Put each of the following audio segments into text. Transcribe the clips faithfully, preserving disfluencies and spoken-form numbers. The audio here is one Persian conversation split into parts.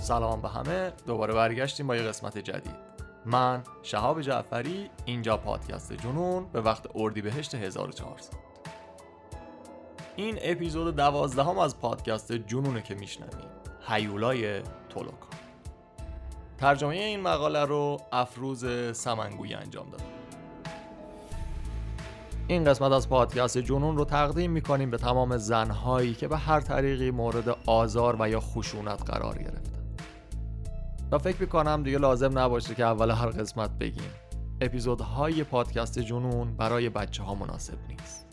سلام به همه، دوباره برگشتیم با یه قسمت جدید. من شهاب جعفری، اینجا پادکست جنون به وقت اردیبهشت هزار و چهارصد. این اپیزود دوازدهم از پادکست جنونه که میشنویم، هیولای تولوکا. ترجمه این مقاله رو افروز سمنگویی انجام داد. این قسمت از پادکست جنون رو تقدیم میکنیم به تمام زنهایی که به هر طریقی مورد آزار و یا خشونت قرار گرفتن. و فکر میکنم دیگه لازم نباشه که اول هر قسمت بگیم اپیزودهای پادکست جنون برای بچه ها مناسب نیست.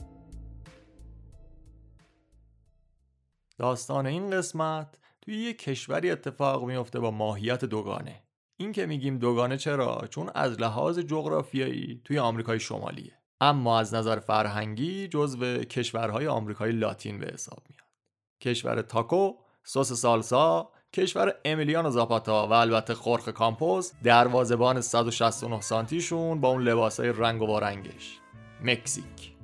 داستان این قسمت توی یه کشوری اتفاق میفته با ماهیت دوگانه. این که میگیم دوگانه چرا؟ چون از لحاظ جغرافیایی توی آمریکای شمالیه، اما از نظر فرهنگی جزو کشورهای آمریکای لاتین به حساب میاد. کشور تاکو، سس سالسا، کشور امیلیانو زاپاتا و البته خورخ کامپوس، دروازه‌بان صد و شصت و نه سانتیشون با اون لباسای رنگ و وارنگش، مکزیک.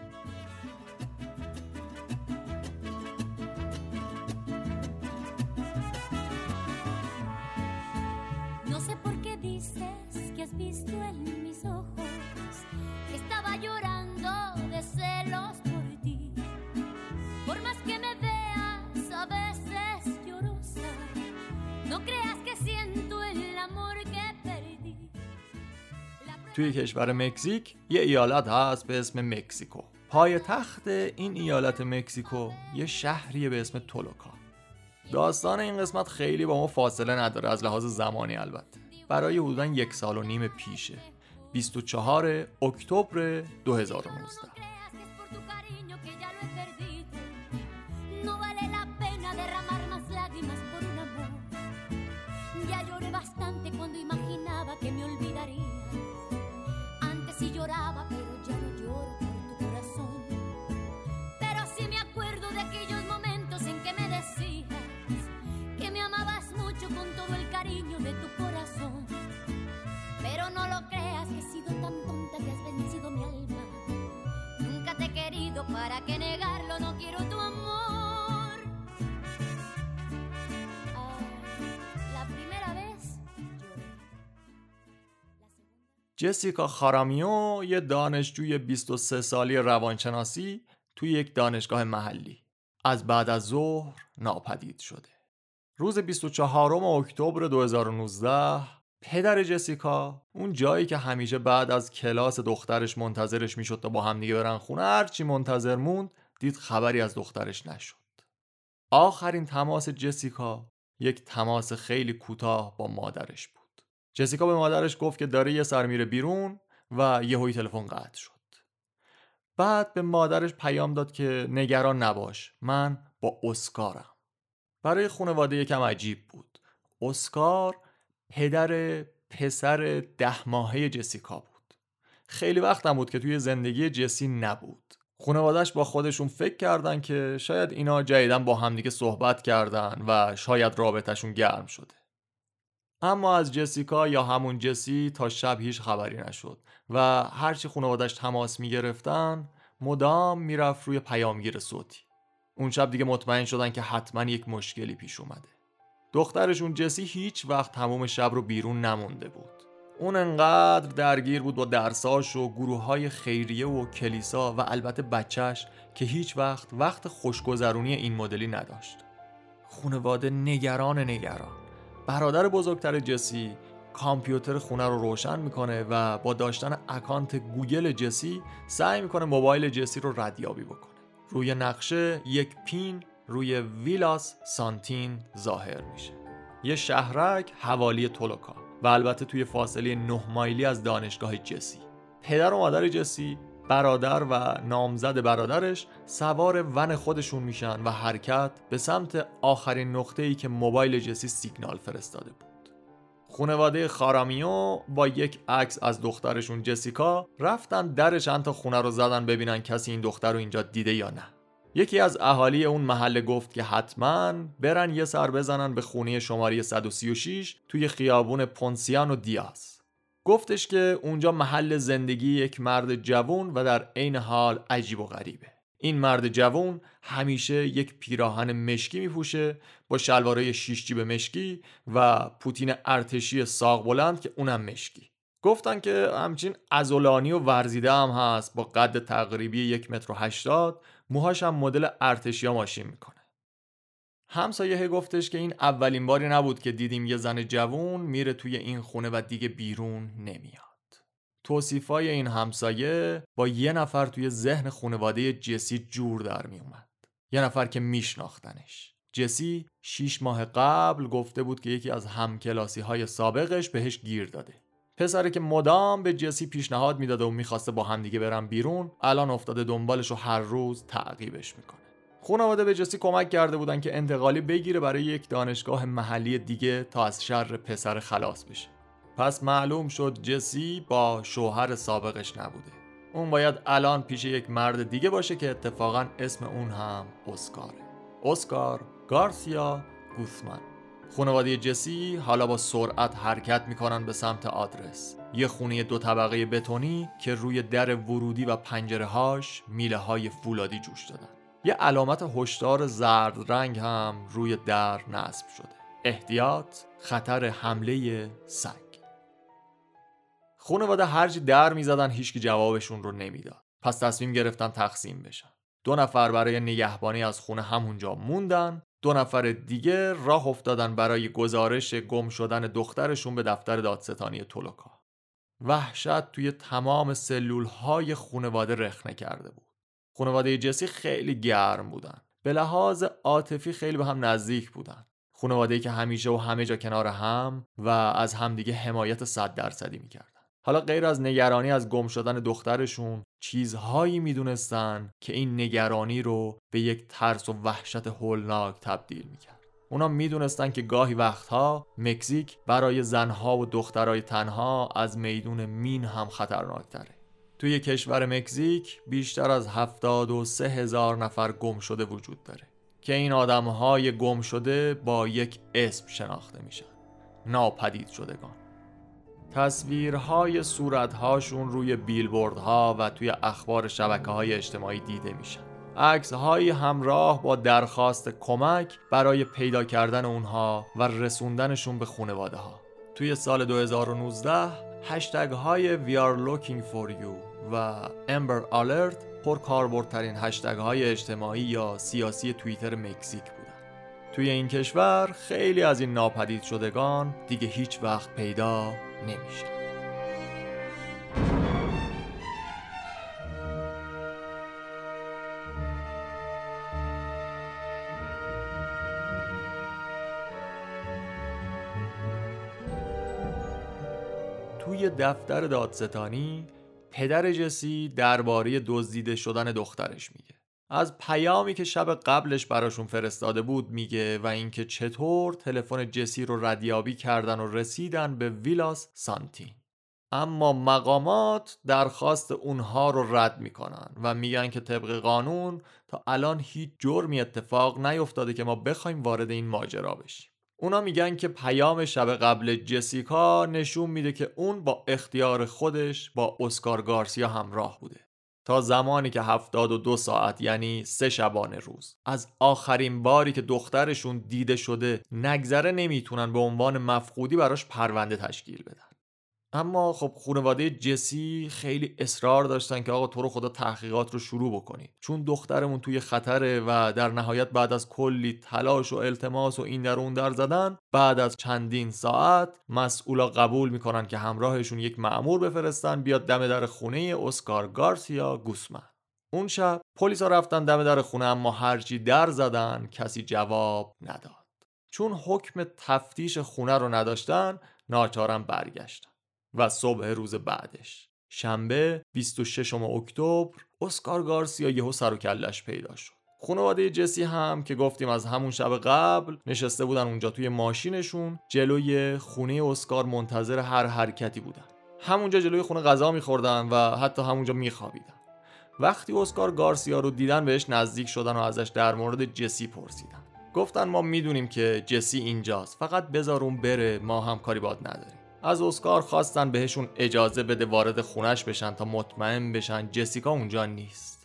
توی کشور مکزیک یه ایالت هست به اسم مکزیکو. پایتخت این ایالت مکزیکو یه شهریه به اسم تولوکا. داستان این قسمت خیلی با ما فاصله نداره از لحاظ زمانی، البته برای حدوداً یک سال و نیم پیشه، بیست و چهارم اکتبر دو هزار و نوزده. Para que negarlo no quiero tu amor. Ah, la primera vez جسیکا خارامیو یه دانشجوی بیست و سه سالی روانشناسی توی یک دانشگاه محلی از بعد از ظهر ناپدید شده. روز بیست و چهارم اکتبر دو هزار و نوزده پدر جسیکا، اون جایی که همیشه بعد از کلاس دخترش منتظرش میشد تا با هم دیگه برن خونه، هرچی منتظر موند دید خبری از دخترش نشد. آخرین تماس جسیکا یک تماس خیلی کوتاه با مادرش بود. جسیکا به مادرش گفت که داره یه سر میره بیرون و یهویی تلفن قطع شد. بعد به مادرش پیام داد که نگران نباش، من با اسکارم. برای خانواده یکم عجیب بود. اسکار پدر پسر ده ماهه جسیکا بود. خیلی وقتم بود که توی زندگی جسی نبود. خانواده‌اش با خودشون فکر کردن که شاید اینا جدیداً با همدیگه صحبت کردن و شاید رابطه‌شون گرم شده. اما از جسیکا یا همون جسی تا شب هیچ خبری نشد و هرچی خانواده‌اش تماس می‌گرفتن مدام میرفت روی پیامگیر صوتی. اون شب دیگه مطمئن شدن که حتما یک مشکلی پیش اومده. دخترشون جسی هیچ وقت تمام شب رو بیرون نمونده بود. اون انقدر درگیر بود با درساش و گروه‌های خیریه و کلیسا و البته بچهش که هیچ وقت وقت خوشگذرونی این مدلی نداشت. خانواده نگران نگران. برادر بزرگتر جسی کامپیوتر خونه رو روشن میکنه و با داشتن اکانت گوگل جسی سعی میکنه موبایل جسی رو ردیابی بکنه. روی نقشه یک پین روی ویلاس سانتین ظاهر میشه، یه شهرک حوالی تولوکا و البته توی فاصله نه مایلی از دانشگاه جسی. پدر و مادر جسی، برادر و نامزد برادرش سوار ون خودشون میشن و حرکت به سمت آخرین نقطه‌ای که موبایل جسی سیگنال فرستاده بود. خانواده خارامیو با یک عکس از دخترشون جسیکا رفتن در چند تا خونه رو زدن ببینن کسی این دختر رو اینجا دیده یا نه. یکی از اهالی اون محله گفت که حتما برن یه سر بزنن به خونه شماره صد و سی و شش توی خیابون پونسیانو دیاز. گفتش که اونجا محل زندگی یک مرد جوان و در عین حال عجیب و غریبه. این مرد جوان همیشه یک پیراهن مشکی میپوشه با شلوارای شیش جیب مشکی و پوتین ارتشی ساق بلند که اونم مشکی. گفتن که همچین عضلانی و ورزیده هم هست با قد تقریبی یک متر و هشتاد، موهاش هم مدل ارتشیا ماشین میکنه. همسایه گفتش که این اولین باری نبود که دیدیم یه زن جوان میره توی این خونه و دیگه بیرون نمیاد. توصیفای این همسایه با یه نفر توی ذهن خانواده جسی جور در می اومد. یه نفر که میشناختنش. جسی شیش ماه قبل گفته بود که یکی از همکلاسی های سابقش بهش گیر داده. پسری که مدام به جسی پیشنهاد میداده و میخواسته با همدیگه برن بیرون، الان افتاده دنبالش و هر روز تعقیبش میکنه. خانواده به جسی کمک کرده بودن که انتقالی بگیره برای یک دانشگاه محلی دیگه تا از شر پسر خلاص بشه. پس معلوم شد جسی با شوهر سابقش نبوده. اون باید الان پیش یک مرد دیگه باشه که اتفاقا اسم اون هم اسکاره. اسکار گارسیا گوسمان. خانواده جسی حالا با سرعت حرکت میکنن به سمت آدرس. یه خونه دو طبقه بتونی که روی در ورودی و پنجره‌هاش میله های فولادی جوش دادن. یه علامت هشدار زرد رنگ هم روی در نصب شده. احتیاط، خطر حمله سگ. خانواده هرچی در میزدن هیچکی جوابشون رو نمیداد. پس تصمیم گرفتن تقسیم بشن. دو نفر برای نگهبانی از خونه همونجا موندن، دو نفر دیگه راه افتادن برای گزارش گم شدن دخترشون به دفتر دادستانی تولوکا. وحشت توی تمام سلول‌های خانواده رخنه کرده بود. خانواده جسی خیلی گرم بودن. به لحاظ عاطفی خیلی به هم نزدیک بودن. خانواده‌ای که همیشه و همه جا کنار هم و از همدیگه حمایت صد درصدی می‌کردن. حالا غیر از نگرانی از گم شدن دخترشون، چیزهایی میدونستن که این نگرانی رو به یک ترس و وحشت هولناک تبدیل میکرد. اونا میدونستن که گاهی وقتها مکزیک برای زنها و دخترای تنها از میدون مین هم خطرناکتره. توی کشور مکزیک بیشتر از هفتاد و سه هزار نفر گم شده وجود داره که این آدمهای گم شده با یک اسم شناخته میشن: ناپدید شدگان. تصویرهای صورتهاشون روی بیلبوردها و توی اخبار شبکه‌های اجتماعی دیده میشن. عکس‌های همراه با درخواست کمک برای پیدا کردن اونها و رسوندنشون به خانواده‌ها. توی سال دو هزار و نوزده هشتگ های We are looking for you و Amber Alert پرکاربردترین هشتگ های اجتماعی یا سیاسی توییتر مکزیک بودن. توی این کشور خیلی از این ناپدید شدگان دیگه هیچ وقت پیدا نمیشه. توی دفتر دادستانی پدر جسی درباره دزدیده شدن دخترش میگه. از پیامی که شب قبلش براشون فرستاده بود میگه و اینکه چطور تلفن جسی رو ردیابی کردن و رسیدن به ویلاس سانتین. اما مقامات درخواست اونها رو رد میکنن و میگن که طبق قانون تا الان هیچ جرمی اتفاق نیفتاده که ما بخوایم وارد این ماجرا بشیم. اونا میگن که پیام شب قبل جسیکا نشون میده که اون با اختیار خودش با اسکار گارسیا همراه بوده تا زمانی که هفتاد و دو ساعت یعنی سه شبانه روز از آخرین باری که دخترشون دیده شده نگذره نمیتونن به عنوان مفقودی براش پرونده تشکیل بدن. اما خب خانواده جسی خیلی اصرار داشتن که آقا تو رو خدا تحقیقات رو شروع بکنید، چون دخترمون توی خطره و در نهایت بعد از کلی تلاش و التماس و این در اون در زدن بعد از چندین ساعت مسئولا قبول میکنن که همراهشون یک مأمور بفرستن بیاد دم در خونه اسکار گارسیا گوسمان. اون شب پلیسا رفتن دم در خونه اما هرچی در زدن کسی جواب نداد. چون حکم تفتیش خونه رو نداشتن ناچارن برگشتن. و صبح روز بعدش شنبه بیست و ششم اکتبر اسکار گارسیا یهو سر و کله‌اش پیدا شد. خانواده جسی هم که گفتیم از همون شب قبل نشسته بودن اونجا توی ماشینشون جلوی خونه اسکار منتظر هر حرکتی بودن. همونجا جلوی خونه غذا می‌خوردن و حتی همونجا می‌خوابیدن. وقتی اسکار گارسیا رو دیدن بهش نزدیک شدن و ازش در مورد جسی پرسیدن. گفتن ما میدونیم که جسی اینجاست، فقط بذار اون بره، ما هم کاری باهات نداریم. از اسکار خواستن بهشون اجازه بده وارد خونش بشن تا مطمئن بشن جسیکا اونجا نیست.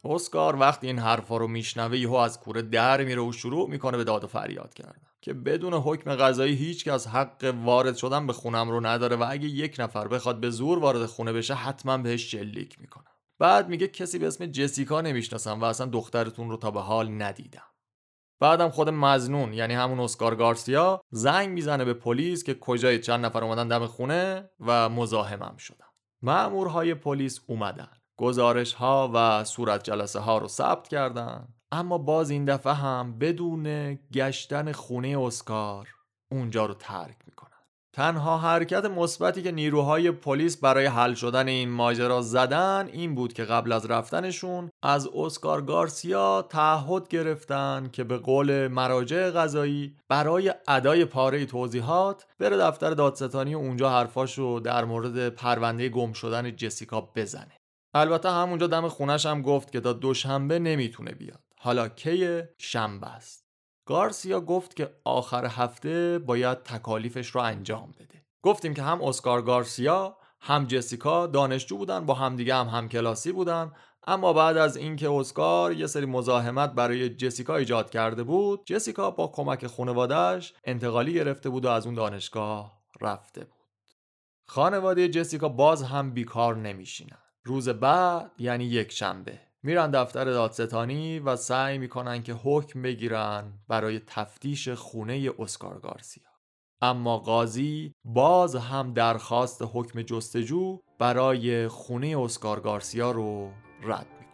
اسکار وقتی این حرفا رو میشنوه یهو از کوره در میره و شروع میکنه به داد و فریاد کردن که بدون حکم قضایی هیچ کس حق وارد شدن به خونم رو نداره و اگه یک نفر بخواد به زور وارد خونه بشه حتما بهش شلیک میکنم. بعد میگه کسی به اسم جسیکا نمیشناسم و اصلا دخترتون رو تا به حال ندیدم. بعدم خود مظنون یعنی همون اسکار گارسیا زنگ میزنه به پلیس که کجای چند نفر اومدن دم خونه و مزاحمم شدن. مأمورهای پلیس اومدن، گزارش ها و صورت جلسه ها رو ثبت کردن، اما باز این دفعه هم بدون گشتن خونه اسکار اونجا رو ترک میکنن. تنها حرکت مثبتی که نیروهای پلیس برای حل شدن این ماجرا زدن این بود که قبل از رفتنشون از اسکار گارسیا تعهد گرفتن که به قول مراجع قضایی برای ادای پاره توضیحات بره دفتر دادستانی و اونجا حرفاشو در مورد پرونده گم شدن جسیکا بزنه. البته همونجا دم خونش هم گفت که تا دوشنبه نمیتونه بیاد. حالا کیه؟ شنبه است. گارسیا گفت که آخر هفته باید تکالیفش رو انجام بده. گفتیم که هم اسکار گارسیا هم جسیکا دانشجو بودن، با همدیگه هم همکلاسی بودن، اما بعد از اینکه اسکار یه سری مزاحمت برای جسیکا ایجاد کرده بود، جسیکا با کمک خانواده‌اش انتقالی گرفته بود و از اون دانشگاه رفته بود. خانواده جسیکا باز هم بیکار نمیشینن. روز بعد یعنی یک شنبه میرن دفتر دادستانی و سعی میکنن که حکم بگیرن برای تفتیش خونه اسکار گارسیا. اما قاضی باز هم درخواست حکم جستجو برای خونه اسکار گارسیا رو رد میکنه.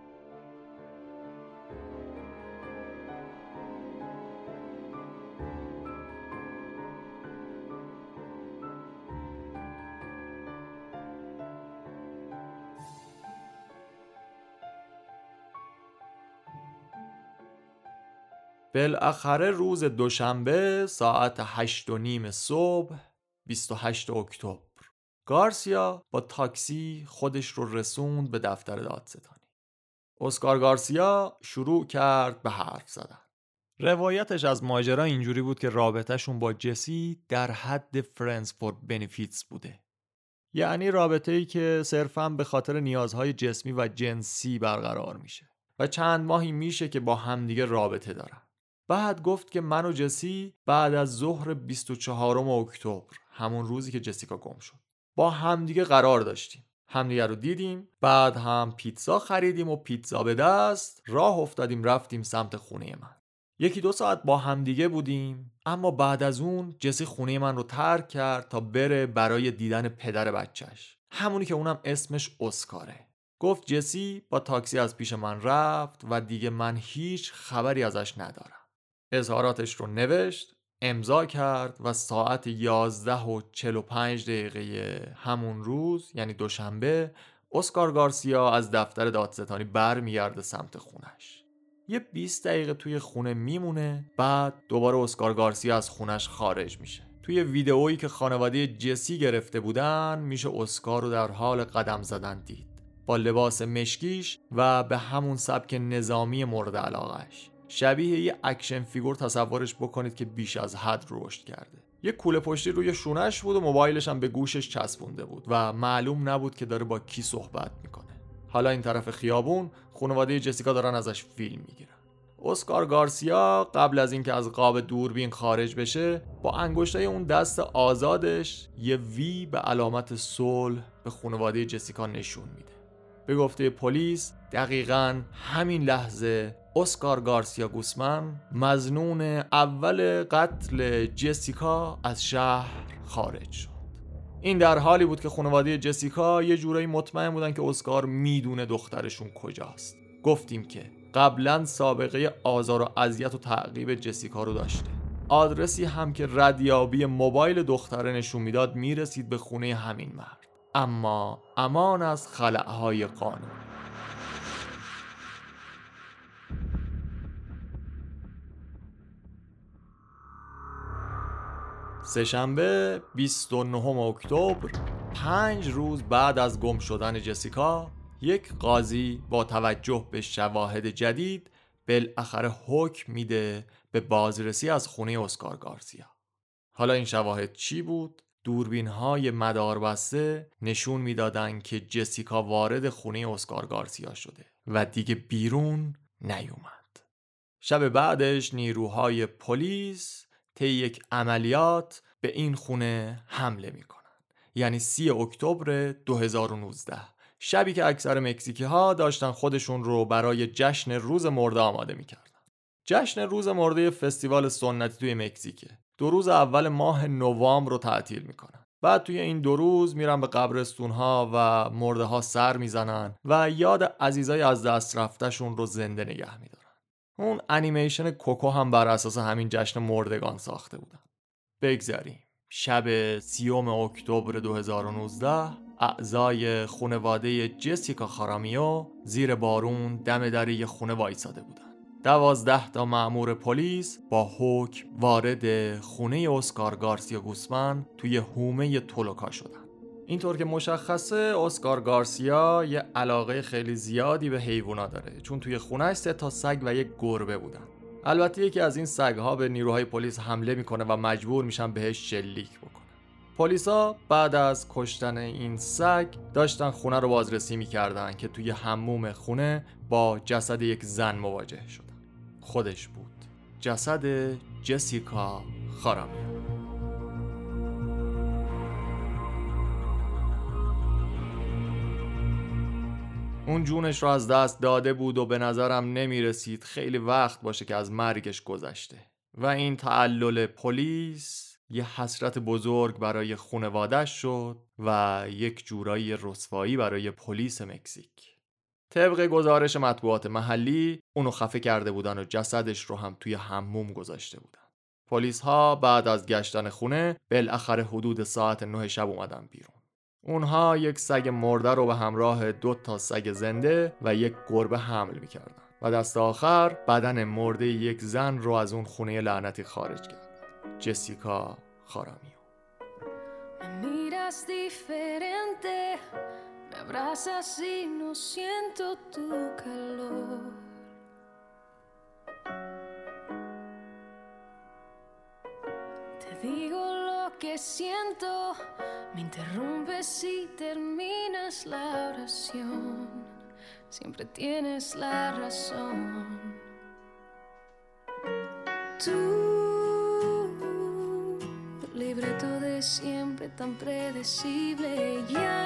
بالاخره روز دوشنبه ساعت هشت و نیم صبح بیست و هشتم اکتبر گارسیا با تاکسی خودش رو رسوند به دفتر دادستانی. اسکار گارسیا شروع کرد به حرف زدن. روایتش از ماجرا اینجوری بود که رابطهشون با جسی در حد فرندز فور بنفیتس بوده، یعنی رابطه‌ای که صرفاً به خاطر نیازهای جسمی و جنسی برقرار میشه و چند ماهی میشه که با همدیگه رابطه دارن. بعد گفت که من و جسی بعد از ظهر بیست و چهارم اکتبر، همون روزی که جسیکا گم شد، با همدیگه قرار داشتیم. همدیگه رو دیدیم، بعد هم پیتزا خریدیم و پیتزا به دست راه افتادیم رفتیم سمت خونه من. یکی دو ساعت با همدیگه بودیم، اما بعد از اون جسی خونه من رو ترک کرد تا بره برای دیدن پدر بچهش، همونی که اونم اسمش اسکاره. گفت جسی با تاکسی از پیش من رفت و دیگه من هیچ خبری ازش ندارم. اظهاراتش رو نوشت، امضا کرد و ساعت یازده و چهل و پنج دقیقه همون روز یعنی دوشنبه اسکار گارسیا از دفتر دادستانی برمیگرده سمت خونش. یه بیست دقیقه توی خونه میمونه، بعد دوباره اسکار گارسیا از خونش خارج میشه. توی ویدئویی که خانواده جسی گرفته بودن میشه اسکار رو در حال قدم زدن دید، با لباس مشکیش و به همون سبک نظامی مورد علاقهش. شبیه یه اکشن فیگور تصورش بکنید که بیش از حد رشد کرده. یه کوله پشتی روی شونش بود و موبایلش هم به گوشش چسبونده بود و معلوم نبود که داره با کی صحبت میکنه. حالا این طرف خیابون خانواده جسیکا دارن ازش فیلم میگیرن. اسکار گارسیا قبل از اینکه از قاب دوربین خارج بشه با انگشتای اون دست آزادش یه وی به علامت صلح به خانواده جسیکا نشون میده. به گفته پلیس دقیقاً همین لحظه اسکار گارسیا گوسمن مظنون اول قتل جسیکا از شهر خارج شد. این در حالی بود که خانواده جسیکا یه جورایی مطمئن بودن که اسکار میدونه دخترشون کجاست. گفتیم که قبلا سابقه آزار و اذیت و تعقیب جسیکا رو داشته. آدرسی هم که ردیابی موبایل دختره نشون میداد میرسید به خونه همین مرد، اما امان از خلأهای قانون. سه‌شنبه بیست و نهم اکتبر، پنج روز بعد از گم شدن جسیکا، یک قاضی با توجه به شواهد جدید بالاخره حکم میده به بازرسی از خونه اسکار گارسیا. حالا این شواهد چی بود؟ دوربین‌های مداربسته نشون میدادن که جسیکا وارد خونه اسکار گارسیا شده و دیگه بیرون نیومد. شب بعدش نیروهای پلیس طی یک عملیات به این خونه حمله میکنن. یعنی سی اکتبر دو هزار و نوزده، شبی که اکثر مکزیکی ها داشتن خودشون رو برای جشن روز مرده آماده میکردن. جشن روز مرده فستیوال سنتی توی مکزیکه. دو روز اول ماه نوامبر رو تعطیل میکنن. بعد توی این دو روز میرن به قبرستون ها و مرده ها سر میزنن و یاد عزیزای از دست رفتهشون رو زنده نگه میدارن. اون انیمیشن کوکو هم بر اساس همین جشن مردگان ساخته بودن. بگذاریم. شب سیوم اکتبر دو هزار و نوزده اعضای خانواده جسیکا خارامیو زیر بارون دم در یه خونه وایساده بودن. دوازده تا مأمور پلیس با حکم وارد خونه اسکار گارسیا گوسمن توی حومه تولوکا شدن. اینطور که مشخصه اسکار گارسیا یه علاقه خیلی زیادی به حیوونا داره، چون توی خونه‌اش سه تا سگ و یک گربه بودن. البته یکی از این سگ‌ها به نیروهای پلیس حمله میکنه و مجبور میشن بهش شلیک بکنه. پلیسا بعد از کشتن این سگ داشتن خونه رو بازرسی میکردن که توی حموم خونه با جسد یک زن مواجه شدن. خودش بود، جسد جسیکا خارامیو. اون جونش رو از دست داده بود و به نظرم نمیرسید خیلی وقت باشه که از مرگش گذشته و این تعلل پلیس یه حسرت بزرگ برای خانواده‌اش شد و یک جورایی رسوایی برای پلیس مکزیک. طبق گزارش مطبوعات محلی اونو خفه کرده بودن و جسدش رو هم توی حموم گذاشته بودن. پلیس ها بعد از گشتن خونه بالاخره حدود ساعت نه شب اومدن بیرون. اونها یک سگ مرده رو به همراه دو تا سگ زنده و یک گربه حمل میکردن و دست آخر بدن مرده یک زن رو از اون خونه لعنتی خارج کردن. جسیکا خارامیو. Miras diferente, me abrazas y no siento tu calor. Te digo lo que siento, me interrumpes y terminas la oración. Siempre tienes la razón. Tú, libreto de siempre tan predecible, ya,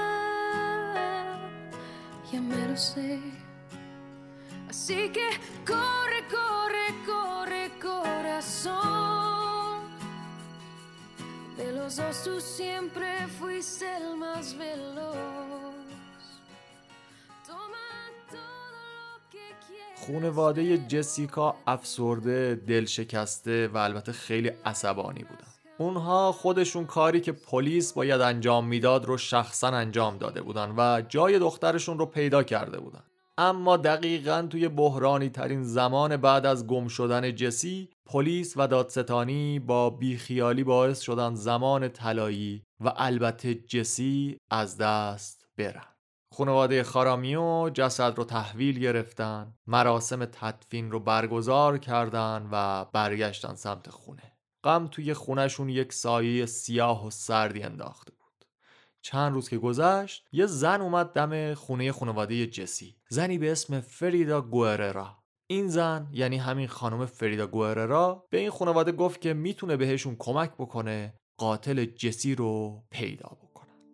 ya me lo sé. Así que corre, corre, corre, corazón. De los dos tú siempre fuiste el más veloz. Toma todo lo que quieras. خانواده جسیکا افسرده، دلشکسته و البته خیلی عصبانی بودن. اونها خودشون کاری که پلیس باید انجام میداد رو شخصا انجام داده بودن و جای دخترشون رو پیدا کرده بودن. اما دقیقاً توی بحرانی ترین زمان بعد از گم شدن جسی، پلیس و دادستانی با بیخیالی باعث شدن زمان طلایی و البته جسی از دست برن. خانواده خارامیو جسد رو تحویل گرفتن، مراسم تدفین رو برگزار کردن و برگشتن سمت خونه. غم توی خونهشون یک سایه سیاه و سردی انداخته بود. چند روز که گذشت، یه زن اومد دم خونه خانواده جسی. زنی به اسم فریدا گوئررا. این زن، یعنی همین خانم فریدا گوئررا، به این خانواده گفت که میتونه بهشون کمک بکنه قاتل جسی رو پیدا بکنه.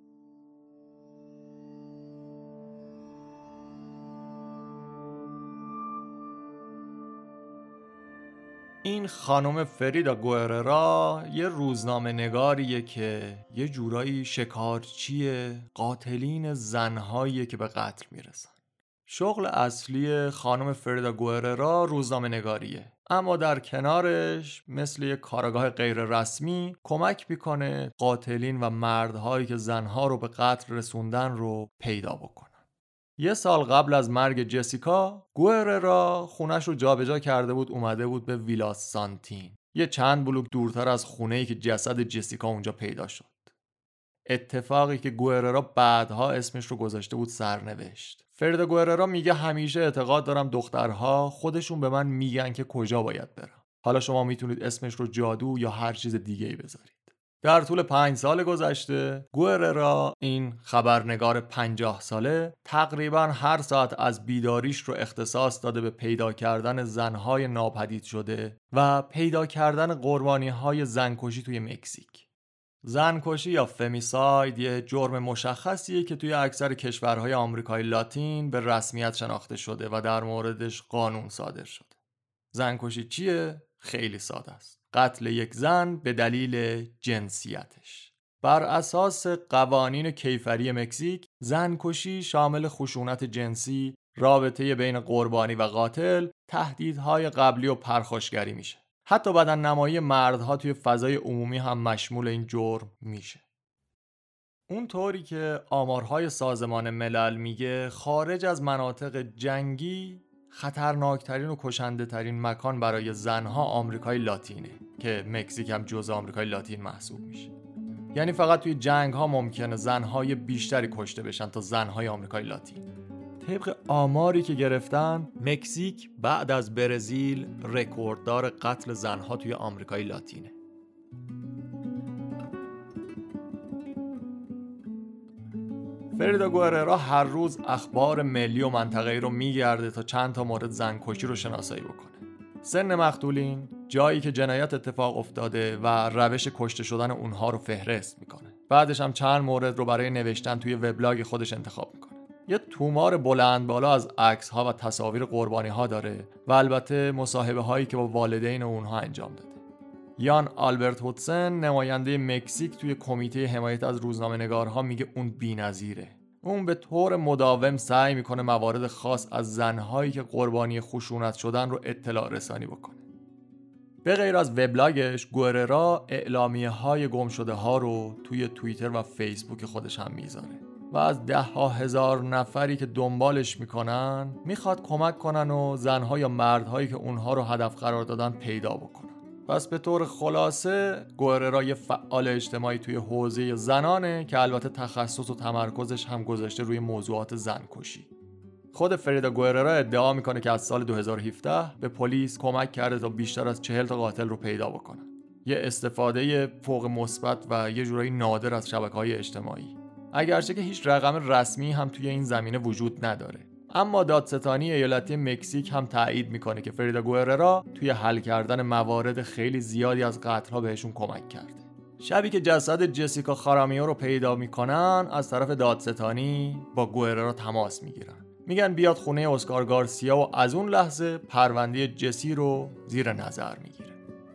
این خانم فریدا گوئررا یه روزنامه نگاریه که یه جورایی شکارچی قاتلین زنهاییه که به قتل میرسن. شغل اصلی خانم فریدا گوئررا روزنامه نگاریه، اما در کنارش مثل یه کارگاه غیر رسمی کمک میکنه قاتلین و مردهایی که زنها رو به قتل رسوندن رو پیدا بکنه. یه سال قبل از مرگ جسیکا، گوئررا خونش رو جابجا کرده بود، اومده بود به ویلا سانتین، یه چند بلوک دورتر از خونه‌ای که جسد جسیکا اونجا پیدا شد. اتفاقی که گوئررا بعدها اسمش رو گذاشته بود سرنوشت. فریدا گوئررا میگه همیشه اعتقاد دارم دخترها خودشون به من میگن که کجا باید برم. حالا شما میتونید اسمش رو جادو یا هر چیز دیگه‌ای بذارید. در طول پنج سال گذشته گوئررا، این خبرنگار پنجاه ساله، تقریباً هر ساعت از بیداریش رو اختصاص داده به پیدا کردن زنهای ناپدید شده و پیدا کردن قربانی‌های زنکشی توی مکزیک. زنکشی یا فمیساید یه جرم مشخصیه که توی اکثر کشورهای آمریکای لاتین به رسمیت شناخته شده و در موردش قانون صادر شده. زنکشی چیه؟ خیلی ساده است. قتل یک زن به دلیل جنسیتش. بر اساس قوانین کیفری مکزیک، زنکشی شامل خشونت جنسی، رابطه بین قربانی و قاتل، تهدیدهای قبلی و پرخاشگری میشه. حتی بدن نمایی مردها توی فضای عمومی هم مشمول این جرم میشه. اون طوری که آمارهای سازمان ملل میگه، خارج از مناطق جنگی خطرناکترین و کشنده ترین مکان برای زنها آمریکای لاتینه که مکزیک هم جزء آمریکای لاتین محسوب میشه. یعنی فقط توی جنگ ها ممکنه زنهای بیشتری کشته بشن تا زنهای آمریکای لاتین. طبق آماری که گرفتن، مکزیک بعد از برزیل رکورددار قتل زنها توی آمریکای لاتینه. فریدا گوئررا هر روز اخبار ملی و منطقه‌ای رو میگرده تا چند تا مورد زنکشی رو شناسایی بکنه. سن مقتولین، جایی که جنایت اتفاق افتاده و روش کشته شدن اونها رو فهرست میکنه. بعدش هم چند مورد رو برای نوشتن توی وبلاگ خودش انتخاب میکنه. یه تومار بلند بالا از عکس‌ها و تصاویر قربانی‌ها داره و البته مصاحبه هایی که با والدین اونها انجام داده. یان آلبرت هودسن، نماینده مکزیک توی کمیته حمایت از روزنامه‌نگارها، میگه اون بی‌نظیره. اون به طور مداوم سعی میکنه موارد خاص از زنهایی که قربانی خشونت شدن رو اطلاع رسانی بکنه. به غیر از وبلاگش، گوئررا اعلامیه‌های گم شده ها رو توی توییتر و فیسبوک خودش هم میذاره و از ده ها هزار نفری که دنبالش میکنن میخواد کمک کنن و زنها یا مردهایی که اونها رو هدف قرار دادن پیدا بکنن. پس به طور خلاصه، گوئررا یه فعال اجتماعی توی حوزه زنانه که البته تخصص و تمرکزش هم گذاشته روی موضوعات زنکشی. خود فریدا گوئررا ادعا میکنه که از سال دو هزار و هفده به پلیس کمک کرده تا بیشتر از چهل تا قاتل رو پیدا بکنن. یه استفاده فوق مثبت و یه جورایی نادر از شبکه‌های اجتماعی. اگرچه که هیچ رقم رسمی هم توی این زمینه وجود نداره، اما دادستانی ایالتی مکزیک هم تایید میکنه که فریدا گوئررا توی حل کردن موارد خیلی زیادی از قتل‌ها بهشون کمک کرده. شبی که جسد جسیکا خارامیو رو پیدا میکنن، از طرف دادستانی با گوئررا تماس میگیرن. میگن بیاد خونه اسکار گارسیا و از اون لحظه پرونده جسی رو زیر نظر میگیره.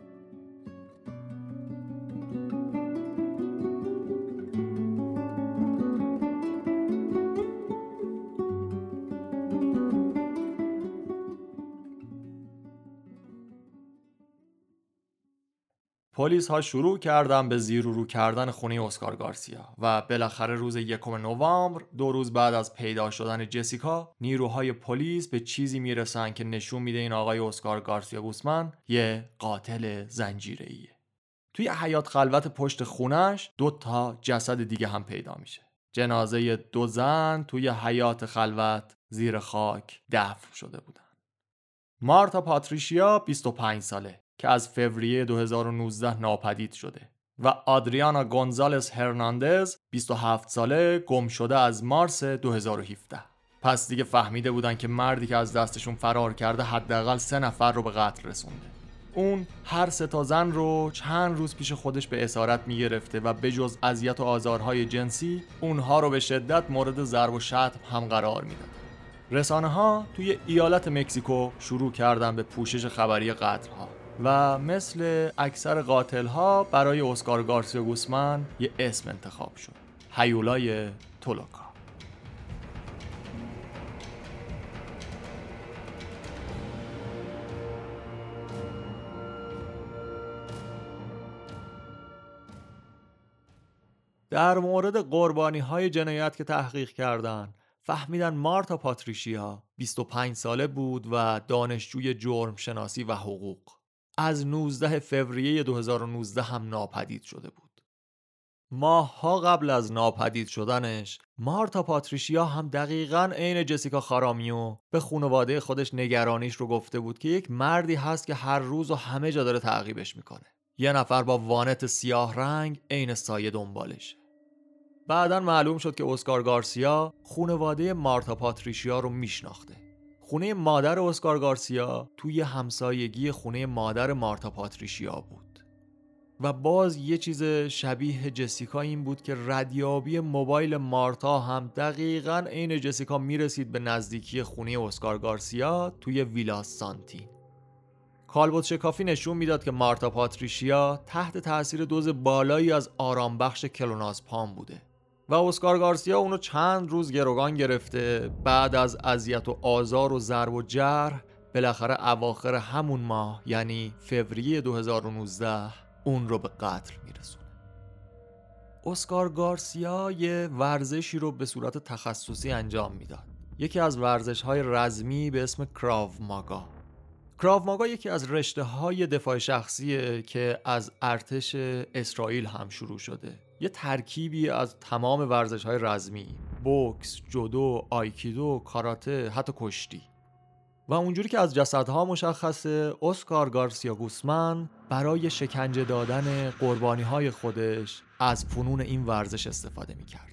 پلیس ها شروع کردن به زیر و رو کردن خونه اسکار گارسیا و بالاخره روز یکم نوامبر، دو روز بعد از پیدا شدن جسیکا، نیروهای پلیس به چیزی میرسن که نشون میده این آقای اسکار گارسیا گوسمن یه قاتل زنجیره‌ایه. توی حیاط خلوت پشت خونش دو تا جسد دیگه هم پیدا میشه. جنازه دو زن توی حیاط خلوت زیر خاک دفن شده بودن. مارتا پاتریشیا بیست و پنج ساله که از فوریه دو هزار و نوزده ناپدید شده و آدریانا گونزالس هرناندز بیست و هفت ساله گم شده از مارس دو هزار و هفده. پس دیگه فهمیده بودن که مردی که از دستشون فرار کرده حداقل سه نفر رو به قتل رسونده. اون هر سه تا زن رو چند روز پیش خودش به اسارت میگرفته و به جز اذیت و آزارهای جنسی، اونها رو به شدت مورد ضرب و شتم هم قرار میداد. رسانه ها توی ایالت مکزیکو شروع کردن به پوشش خبری قتل ها و مثل اکثر قاتل ها برای اسکار گارسیا گوسمن یه اسم انتخاب شد: هیولای تولوکا. در مورد قربانی های جنایت که تحقیق کردن، فهمیدن مارتا پاتریشیا بیست و پنج ساله بود و دانشجوی جرم شناسی و حقوق. از نوزده فوریه دو هزار و نوزده هم ناپدید شده بود. ماه‌ها قبل از ناپدید شدنش، مارتا پاتریشیا هم دقیقاً عین جسیکا خارامیو به خانواده خودش نگرانیش رو گفته بود که یک مردی هست که هر روز و همه جا داره تعقیبش میکنه. یه نفر با وانت سیاه رنگ عین سایه دنبالشه. بعداً معلوم شد که اسکار گارسیا خانواده مارتا پاتریشیا رو میشناخته. خونه مادر اسکار گارسیا توی همسایگی خونه مادر مارتا پاتریشیا بود. و باز یه چیز شبیه جسیکا این بود که ردیابی موبایل مارتا هم دقیقاً عین جسیکا میرسید به نزدیکی خونه اسکار گارسیا توی ویلا سانتین. کالبد شکافی نشون میداد که مارتا پاتریشیا تحت تاثیر دوز بالایی از آرامبخش کلونازپام بوده و اسکار گارسیا اونو چند روز گروگان گرفته. بعد از اذیت و آزار و ضرب و جرح بالاخره اواخر همون ماه یعنی فوریه دو هزار و نوزده اون رو به قتل میرسونه. اسکار گارسیا یه ورزشی رو به صورت تخصصی انجام میداد. یکی از ورزش‌های رزمی به اسم کراو ماگا. کراو ماگا یکی از رشته‌های دفاع شخصیه که از ارتش اسرائیل هم شروع شده. یه ترکیبی از تمام ورزش‌های رزمی، بوکس، جودو، آیکیدو، کاراته، حتی کشتی. و اونجوری که از جسدها مشخصه، اسکار گارسیا گوسمن برای شکنجه دادن قربانی‌های خودش از فنون این ورزش استفاده می‌کرد.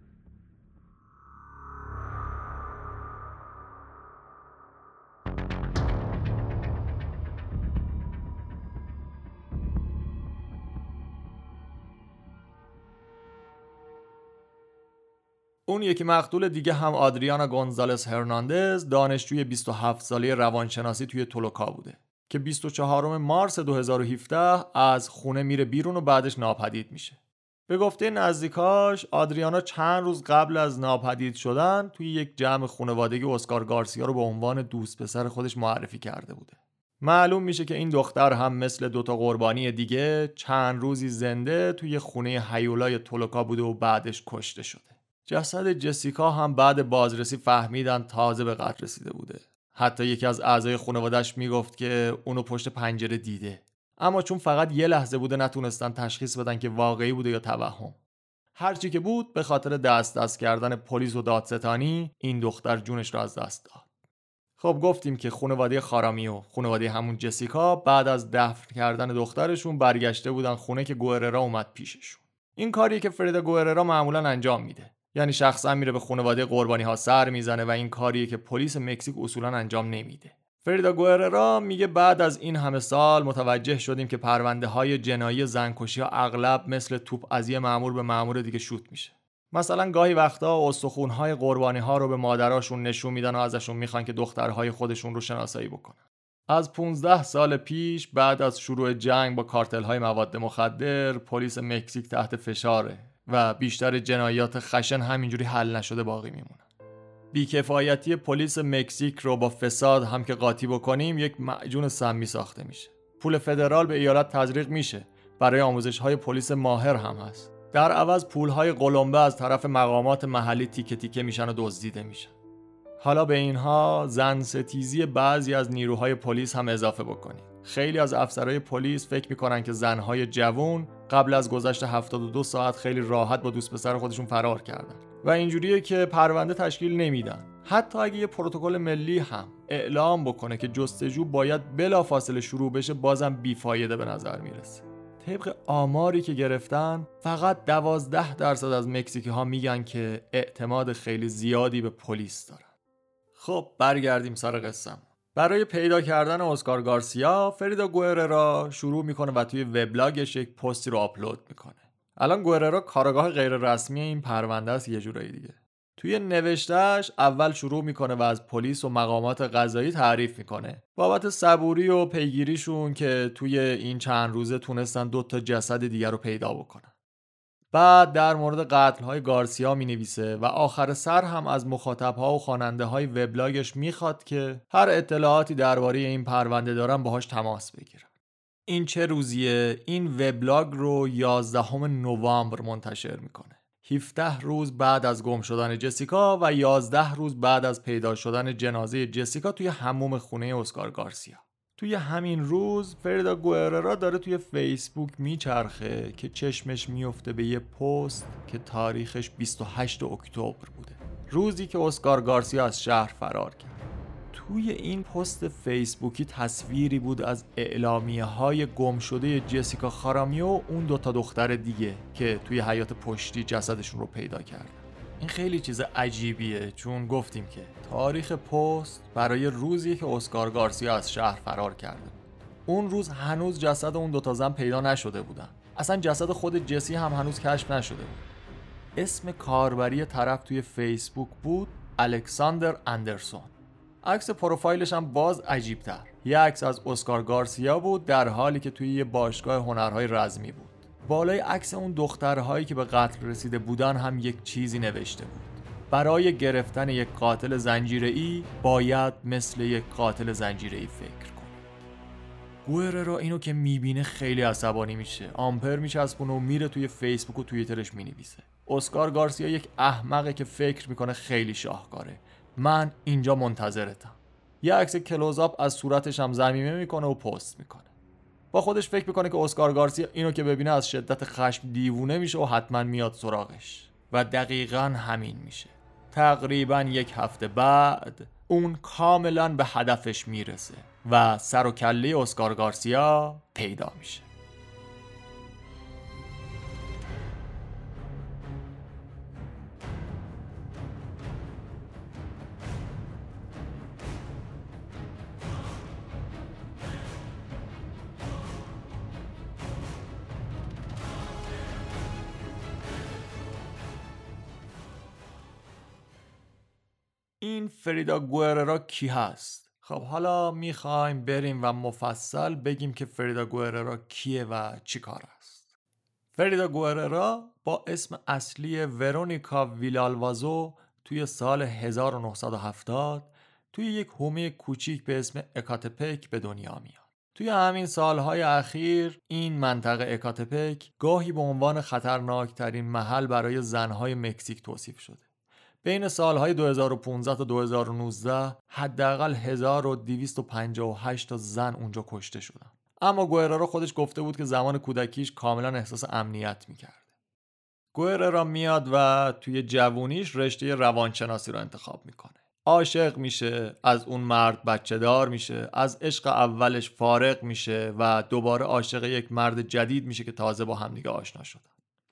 اون یکی مقتول دیگه هم آدریانا گونزالس هرناندز، دانشجوی بیست و هفت ساله روانشناسی توی تولوکا بوده که بیست و چهارم مارس دو هزار و هفده از خونه میره بیرون و بعدش ناپدید میشه. به گفته نزدیکاش، آدریانا چند روز قبل از ناپدید شدن توی یک جمع خانوادگی اسکار گارسیا رو به عنوان دوست پسر خودش معرفی کرده بوده. معلوم میشه که این دختر هم مثل دوتا قربانی دیگه چند روزی زنده توی خونه هیولای تولوکا بوده و بعدش کشته شده. جسد جسیکا هم بعد بازرسی فهمیدن تازه به قتل رسیده بوده. حتی یکی از اعضای خانواده‌اش میگفت که اونو پشت پنجره دیده. اما چون فقط یه لحظه بوده نتونستن تشخیص بدن که واقعی بوده یا توهم. هرچی که بود به خاطر دست دست کردن پلیس و دادستانی این دختر جونش رو از دست داد. خب گفتیم که خانواده خارامیو، خانواده همون جسیکا، بعد از دفن کردن دخترشون برگشته بودن خونه که گوئررا اومد پیششون. این کاریه که فریدا گوئررا معمولا انجام میده. یعنی شخصا میره به خانواده قربانی ها سر میزنه و این کاریه که پلیس مکزیک اصولا انجام نمیده. فریدا گوئررا میگه بعد از این همه سال متوجه شدیم که پرونده های جنایی زنکشی ها اغلب مثل توپ از یه مأمور به مأمور دیگه شوت میشه. مثلا گاهی وقتا استخون های قربانی ها رو به مادراشون نشون میدن و ازشون میخوان که دخترهای خودشون رو شناسایی بکنن. از پانزده سال پیش بعد از شروع جنگ با کارتل های مواد مخدر، پلیس مکزیک تحت فشاره و بیشتر جنایات خشن همینجوری حل نشده باقی میمونن. بیکفایتی پلیس مکزیک رو با فساد هم که قاطی بکنیم یک معجون سمی ساخته میشه. پول فدرال به ایالت تزریق میشه، برای آموزش‌های پلیس ماهر هم هست. در عوض پول‌های قلمبه از طرف مقامات محلی تیکه تیکه میشن و دزدیده میشن. حالا به اینها زن ستیزی بعضی از نیروهای پلیس هم اضافه بکنیم. خیلی از افسرهای پلیس فکر میکنن که زنهای جوان قبل از گذشت هفتاد و دو ساعت خیلی راحت با دوست پسر خودشون فرار کردن و اینجوریه که پرونده تشکیل نمیدن. حتی اگه یه پروتکل ملی هم اعلام بکنه که جستجو باید بلافاصله شروع بشه، بازم بیفایده به نظر میرسه. طبق آماری که گرفتن فقط دوازده درصد از مکزیکی ها میگن که اعتماد خیلی زیادی به پلیس دارن. خب برگردیم سر قصه. برای پیدا کردن اسکار گارسیا، فریدا گوئررا شروع میکنه و توی وبلاگش یک پستی رو آپلود میکنه. الان گوئررا کارآگاه غیر رسمی این پرونده است یه جورایی دیگه. توی نوشتهش اول شروع میکنه و از پلیس و مقامات قضایی تعریف میکنه بابت صبوری و پیگیریشون که توی این چند روزه تونستن دو تا جسد دیگر رو پیدا بکنن. بعد در مورد قتل‌های گارسیا می‌نویسه و آخر سر هم از مخاطب‌ها و خواننده‌های وبلاگش میخواد که هر اطلاعاتی درباره این پرونده دارن باهاش تماس بگیرن. این چه روزیه؟ این وبلاگ رو یازدهم نوامبر منتشر میکنه. هفده روز بعد از گم شدن جسیکا و یازده روز بعد از پیدا شدن جنازه جسیکا توی حموم خونه اسکار گارسیا. توی همین روز فریدا گوئررا داره توی فیسبوک میچرخه که چشمش میفته به یه پست که تاریخش بیست و هشتم اکتبر بوده، روزی که اسکار گارسیا از شهر فرار کرد. توی این پست فیسبوکی تصویری بود از اعلامیه های گم شده جسیکا خارامیو و اون دوتا دختر دیگه که توی حیاط پشتی جسدشون رو پیدا کردن. این خیلی چیز عجیبیه، چون گفتیم که تاریخ پست برای روزیه که اسکار گارسیا از شهر فرار کرده. اون روز هنوز جسد اون دوتا زن پیدا نشده بودن. اصلا جسد خود جسی هم هنوز کشف نشده بود. اسم کاربری طرف توی فیسبوک بود الکساندر اندرسون. عکس پروفایلش هم باز عجیب‌تر. یه عکس از اسکار گارسیا بود در حالی که توی یه باشگاه هنرهای رزمی بود. بالای عکس اون دخترهایی که به قتل رسیده بودن هم یک چیزی نوشته بود: برای گرفتن یک قاتل زنجیره‌ای باید مثل یک قاتل زنجیره‌ای فکر کن. گوئررا اینو که میبینه خیلی عصبانی میشه، آمپر میچسبونه و میره توی فیسبوک و توییترش مینویسه: اسکار گارسیا یک احمقه که فکر میکنه خیلی شاهکاره. من اینجا منتظرتم. یه عکس کلوزآپ از صورتش هم ضمیمه میکنه و پست میکنه. با خودش فکر میکنه که اسکار گارسیا اینو که ببینه از شدت خشم دیوونه میشه و حتما میاد سراغش. و دقیقاً همین میشه. تقریباً یک هفته بعد اون کاملاً به هدفش میرسه و سر و کله اسکار گارسیا پیدا میشه. این فریدا گوئررا کی هست؟ خب حالا میخوایم بریم و مفصل بگیم که فریدا گوئررا کیه و چی کار است. فریدا گوئررا با اسم اصلی ورونیکا ویلالوازو توی سال هزار و نهصد و هفتاد توی یک حومه کوچیک به اسم اکاتپک به دنیا میاد. توی همین سالهای اخیر این منطقه اکاتپک گاهی به عنوان خطرناکترین محل برای زنهای مکزیک توصیف شده. بین سالهای دو هزار و پانزده تا دو هزار و نوزده حداقل هزار و دویست و پنجاه و هشت تا زن اونجا کشته شدن. اما گوئررا خودش گفته بود که زمان کودکیش کاملا احساس امنیت میکرده. گوئررا میاد و توی جوونیش رشته روانشناسی رو انتخاب میکنه. عاشق میشه، از اون مرد بچه دار میشه، از عشق اولش فارغ میشه و دوباره عاشق یک مرد جدید میشه که تازه با همدیگه آشنا شدن.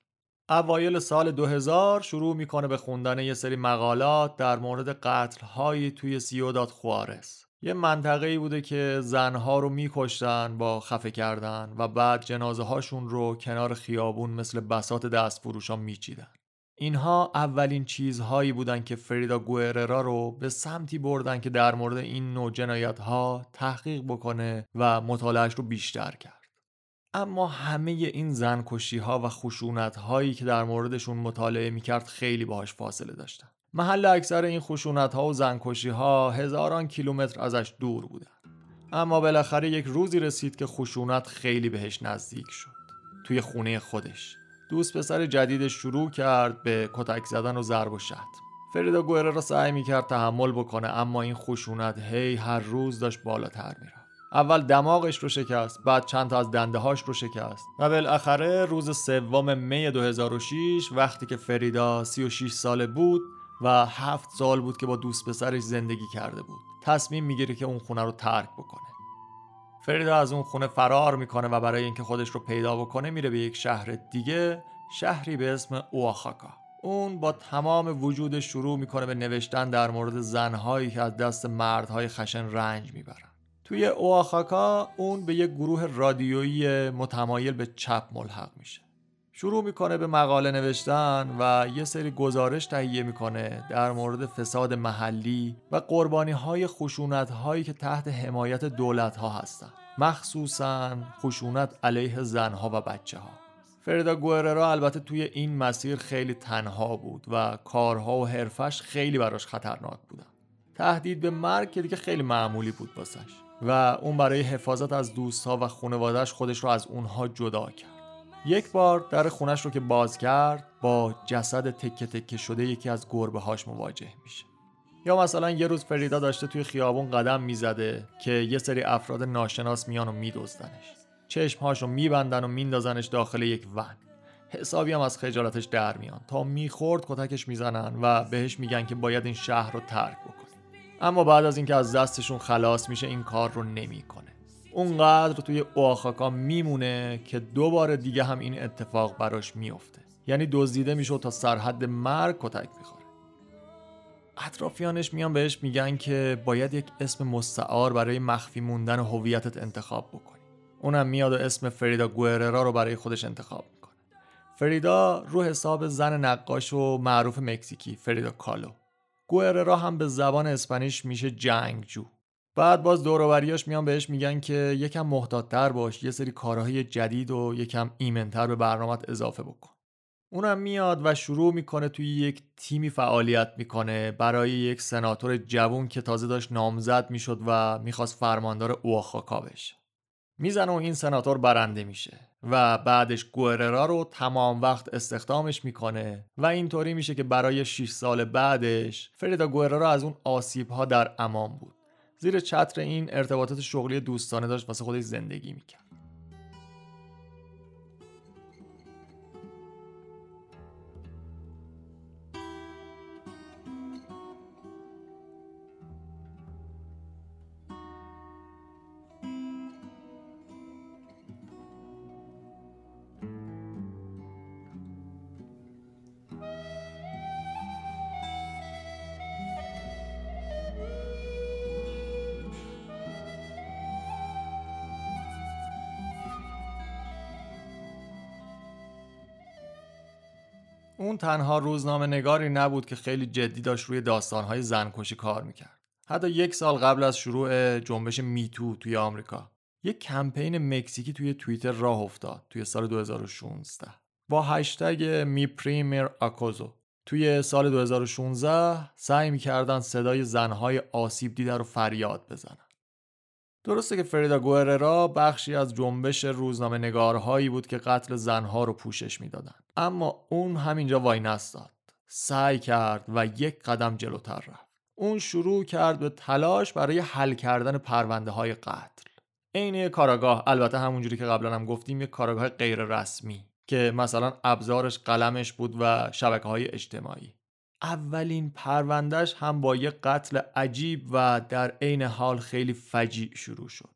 اوایل سال دو هزار شروع میکنه به خوندن یه سری مقالات در مورد قتل‌هایی توی سیوداد خوارس. یه منطقه‌ای بوده که زنها رو میکشتن با خفه کردن و بعد جنازه هاشون رو کنار خیابون مثل بساط دست فروشا میچیدن. اینها اولین چیزهایی بودن که فریدا گوئررا رو به سمتی بردن که در مورد این نوع جنایت‌ها تحقیق بکنه و مطالعه‌اش رو بیشتر کرد. اما همه این زنکشی ها و خشونت هایی که در موردشون مطالعه میکرد خیلی باهاش فاصله داشتن. محل اکثر این خشونت ها و زنکشی ها هزاران کیلومتر ازش دور بودن. اما بالاخره یک روزی رسید که خشونت خیلی بهش نزدیک شد. توی خونه خودش دوست پسر جدیدش شروع کرد به کتک زدن و ضرب و شتم. فریدا گوئررا سعی میکرد تحمل بکنه، اما این خشونت هی هر روز داشت بالاتر میره. اول دماغش رو شکست، بعد چند تا از دنده هاش رو شکست و بالاخره روز سوم می دو هزار و شش وقتی که فریدا سی و شش ساله بود و هفت سال بود که با دوست پسرش زندگی کرده بود، تصمیم میگیره که اون خونه رو ترک بکنه. فریدا از اون خونه فرار میکنه و برای اینکه خودش رو پیدا بکنه میره به یک شهر دیگه، شهری به اسم اوآخاکا. اون با تمام وجودش شروع میکنه به نوشتن در مورد زنهایی که از دست مردهای خشن رنج میبرن. توی اوآخاکا اون به یک گروه رادیویی متمایل به چپ ملحق میشه. شروع میکنه به مقاله نوشتن و یه سری گزارش تهیه میکنه در مورد فساد محلی و قربانی‌های خشونت‌هایی که تحت حمایت دولت‌ها هستن، مخصوصاً خشونت علیه زن‌ها و بچه‌ها. فریدا گوئررا البته توی این مسیر خیلی تنها بود و کارها و حرفش خیلی براش خطرناک بودن. تهدید به مرگ که دیگه خیلی معمولی بود واسش و اون برای حفاظت از دوستها و خانواده‌اش خودش رو از اونها جدا کرد. یک بار در خونش رو که باز کرد با جسد تکه تکه شده یکی از گربه هاش مواجه میشه. یا مثلا یه روز فریدا داشته توی خیابون قدم میزده که یه سری افراد ناشناس میان و میدزدنش. چشمهاشو میبندن و میندازنش داخل یک ون. حسابی هم از خجالتش در میان. تا میخورد کتکش میزنن و بهش میگن که باید این شهر رو ترک بکنه. اما بعد از اینکه از دستشون خلاص میشه این کار رو نمیکنه. اونقدر توی اوآخاکا میمونه که دو بار دیگه هم این اتفاق براش میفته. یعنی دزدیده میشه تا سرحد مرگ کتک میخوره. اطرافیانش میان بهش میگن که باید یک اسم مستعار برای مخفی موندن هویتت انتخاب بکنی. اونم میاد و اسم فریدا گوئررا رو برای خودش انتخاب میکنه. فریدا رو حساب زن نقاش و معروف مکزیکی فریدا کالو. گوئررا هم به زبان اسپانیش میشه جنگجو. بعد باز دور و بریاش میان بهش میگن که یکم محتاط‌تر باش، یه سری کارهای جدید و یکم ایمن‌تر به برنامه‌ات اضافه بکن. اونم میاد و شروع میکنه توی یک تیمی فعالیت میکنه برای یک سناتور جوون که تازه داشت نامزد میشد و میخواست فرماندار اوآخاکا بشه. میزنه و این سناتور برنده میشه و بعدش گوئررا رو تمام وقت استخدامش میکنه و اینطوری میشه که برای شش سال بعدش فریدا گوئررا از اون آسیب‌ها در امان بود. زیر چتر این ارتباطات شغلی دوستانه داشت واسه خودش زندگی میکرد. اون تنها روزنامه نگاری نبود که خیلی جدی داشت روی داستانهای زنکشی کار میکرد. حتی یک سال قبل از شروع جنبش میتو توی آمریکا یک کمپین مکزیکی توی توییتر راه افتاد توی سال دو هزار و شانزده با هشتگ می پریمر آکوزو. توی سال دو هزار و شانزده سعی میکردن صدای زنهای آسیب دیده رو فریاد بزنن. درسته که فریدا گوئررا بخشی از جنبش روزنامه نگارهایی بود که قتل زنها رو پوشش میدادن، اما اون همینجا وای نستاد. سعی کرد و یک قدم جلوتر رفت. اون شروع کرد به تلاش برای حل کردن پرونده های قتل. عین یک کاراگاه، البته همونجوری که قبلا هم گفتیم یک کاراگاه غیر رسمی که مثلا ابزارش قلمش بود و شبکه‌های اجتماعی. اولین پروندهش هم با یک قتل عجیب و در عین حال خیلی فجیع شروع شد.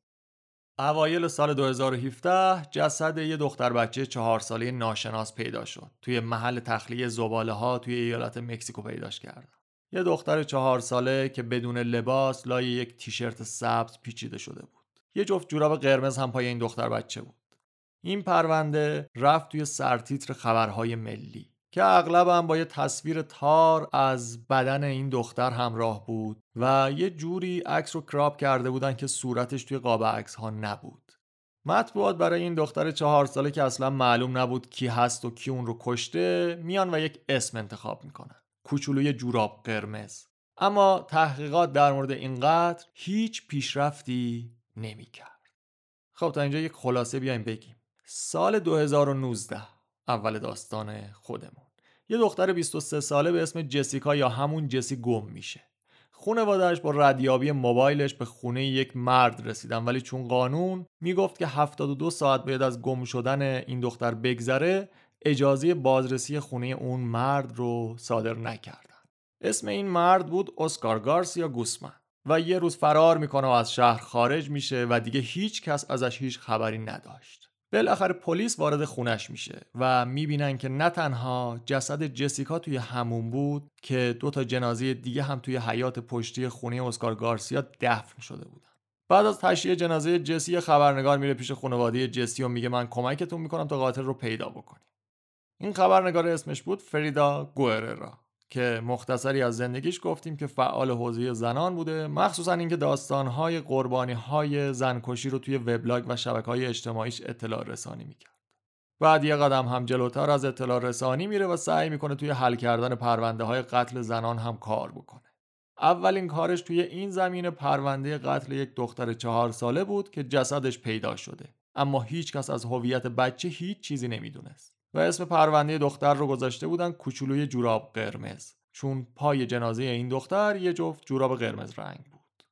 اوایل سال دو هزار و هفده جسد یه دختر بچه چهار ساله ناشناس پیدا شد. توی محل تخلیه زباله ها توی ایالت مکزیکو پیداش کردن. یه دختر چهار ساله که بدون لباس لای یک تیشرت سبز پیچیده شده بود. یه جفت جوراب قرمز هم پای این دختر بچه بود. این پرونده رفت توی سرتیتر خبرهای ملی که اغلب هم با یه تصویر تار از بدن این دختر همراه بود و یه جوری عکس رو کراپ کرده بودن که صورتش توی قاب عکس ها نبود. مطبوعات برای این دختر چهار ساله که اصلا معلوم نبود کی هست و کی اون رو کشته میان و یک اسم انتخاب میکنن: کوچولوی جوراب قرمز. اما تحقیقات در مورد این قتل هیچ پیشرفتی نمیکرد. خب تا اینجا یک خلاصه بیایم بگیم. سال دو هزار و نوزده، اول داستان خودمون، یه دختر بیست و سه ساله به اسم جسیکا یا همون جسی گم میشه. خانواده‌اش با ردیابی موبایلش به خونه یک مرد رسیدن، ولی چون قانون میگفت که هفتاد و دو ساعت باید از گم شدن این دختر بگذره، اجازه بازرسی خونه اون مرد رو صادر نکردن. اسم این مرد بود اسکار گارسیا گوسمن و یه روز فرار میکنه و از شهر خارج میشه و دیگه هیچ کس ازش هیچ خبری نداشت. بالاخره پلیس وارد خونش میشه و میبینن که نه تنها جسد جسیکا توی همون بود که دو تا جنازه دیگه هم توی حیاط پشتی خونه اسکار گارسیا دفن شده بودن. بعد از تشییع جنازه جسی خبرنگار میره پیش خانواده جسی و میگه من کمکتون میکنم تا قاتل رو پیدا بکنیم. این خبرنگار اسمش بود فریدا گوئررا که مختصری از زندگیش گفتیم که فعال حوزه زنان بوده، مخصوصا اینکه داستان‌های قربانی‌های زنکشی رو توی وبلاگ و شبکه‌های اجتماعیش اطلاع رسانی می‌کرد. بعد یه قدم هم جلوتر از اطلاع رسانی میره و سعی می‌کنه توی حل کردن پرونده‌های قتل زنان هم کار بکنه. اولین کارش توی این زمینه پرونده قتل یک دختر چهار ساله بود که جسدش پیدا شده، اما هیچ کس از هویت بچه هیچ چیزی نمی‌دونست. و اسم پرونده دختر رو گذاشته بودن کوچولوی جوراب قرمز، چون پای جنازه این دختر یه جفت جوراب قرمز رنگ بود.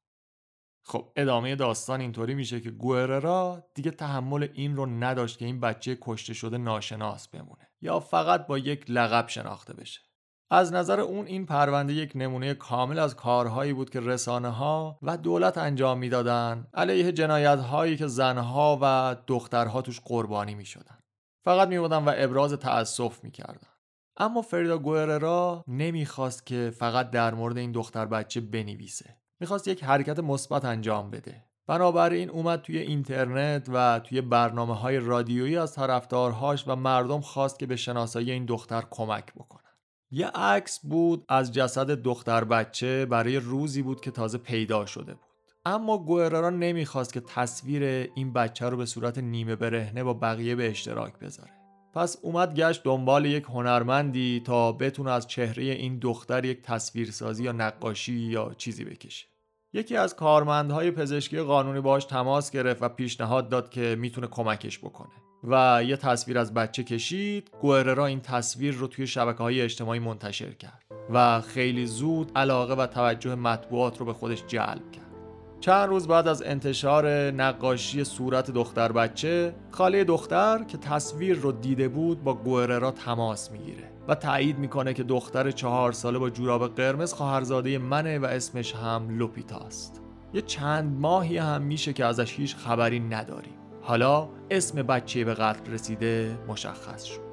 خب ادامه داستان اینطوری میشه که گوئررا دیگه تحمل این رو نداشت که این بچه کشته شده ناشناس بمونه یا فقط با یک لقب شناخته بشه. از نظر اون این پرونده یک نمونه کامل از کارهایی بود که رسانه‌ها و دولت انجام میدادن علیه جنایت‌هایی که زنها و دخترها توش قربانی میشدن. فقط میبودن و ابراز تأسف میکردن. اما فریدا گوئررا نمیخواست که فقط در مورد این دختر بچه بنویسه. میخواست یک حرکت مثبت انجام بده. بنابراین اومد توی اینترنت و توی برنامه‌های رادیویی از طرفدارهاش و مردم خواست که به شناسایی این دختر کمک بکنن. یه عکس بود از جسد دختر بچه برای روزی بود که تازه پیدا شده بود. اما گوئررا نمیخواست که تصویر این بچه رو به صورت نیمه برهنه با بقیه به اشتراک بذاره. پس اومد گشت دنبال یک هنرمندی تا بتونه از چهره این دختر یک تصویرسازی یا نقاشی یا چیزی بکشه. یکی از کارمندهای پزشکی قانونی باهاش تماس گرفت و پیشنهاد داد که میتونه کمکش بکنه و یه تصویر از بچه کشید. گوئررا این تصویر رو توی شبکه‌های اجتماعی منتشر کرد و خیلی زود علاقه و توجه مطبوعات رو به خودش جلب کرد. چند روز بعد از انتشار نقاشی صورت دختر بچه، خاله دختر که تصویر رو دیده بود با گوئررا تماس میگیره و تایید میکنه که دختر چهار ساله با جوراب قرمز خواهرزاده منه و اسمش هم لوپیتاست. یه چند ماهی هم میشه که ازش هیچ خبری نداریم. حالا اسم بچه به قتل رسیده مشخص شد.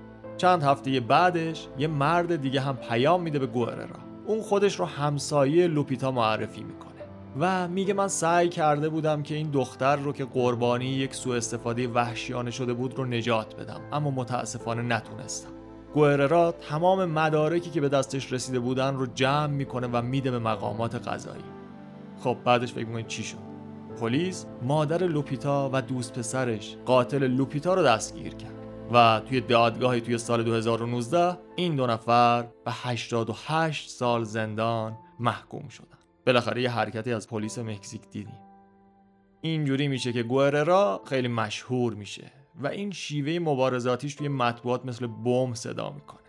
چند هفته بعدش یه مرد دیگه هم پیام میده به گوئررا. اون خودش رو همسایه لوپیتا معرفی میکنه و میگه من سعی کرده بودم که این دختر رو که قربانی یک سوء استفاده وحشیانه شده بود رو نجات بدم، اما متاسفانه نتونستم. گوئررا تمام مدارکی که به دستش رسیده بودن رو جمع میکنه و میده به مقامات قضایی. خب بعدش فکر میکنید چی شد؟ پلیس مادر لوپیتا و دوست پسرش قاتل لوپیتا رو دستگیر کرد و توی دادگاهی توی سال دو هزار و نوزده این دو نفر به هشتاد و هشت سال زندان محکوم شدن. بالاخره یه حرکتی از پلیس مکزیک دیدیم. اینجوری میشه که گوئررا خیلی مشهور میشه و این شیوه مبارزاتیش توی مطبوعات مثل بمب صدا میکنه.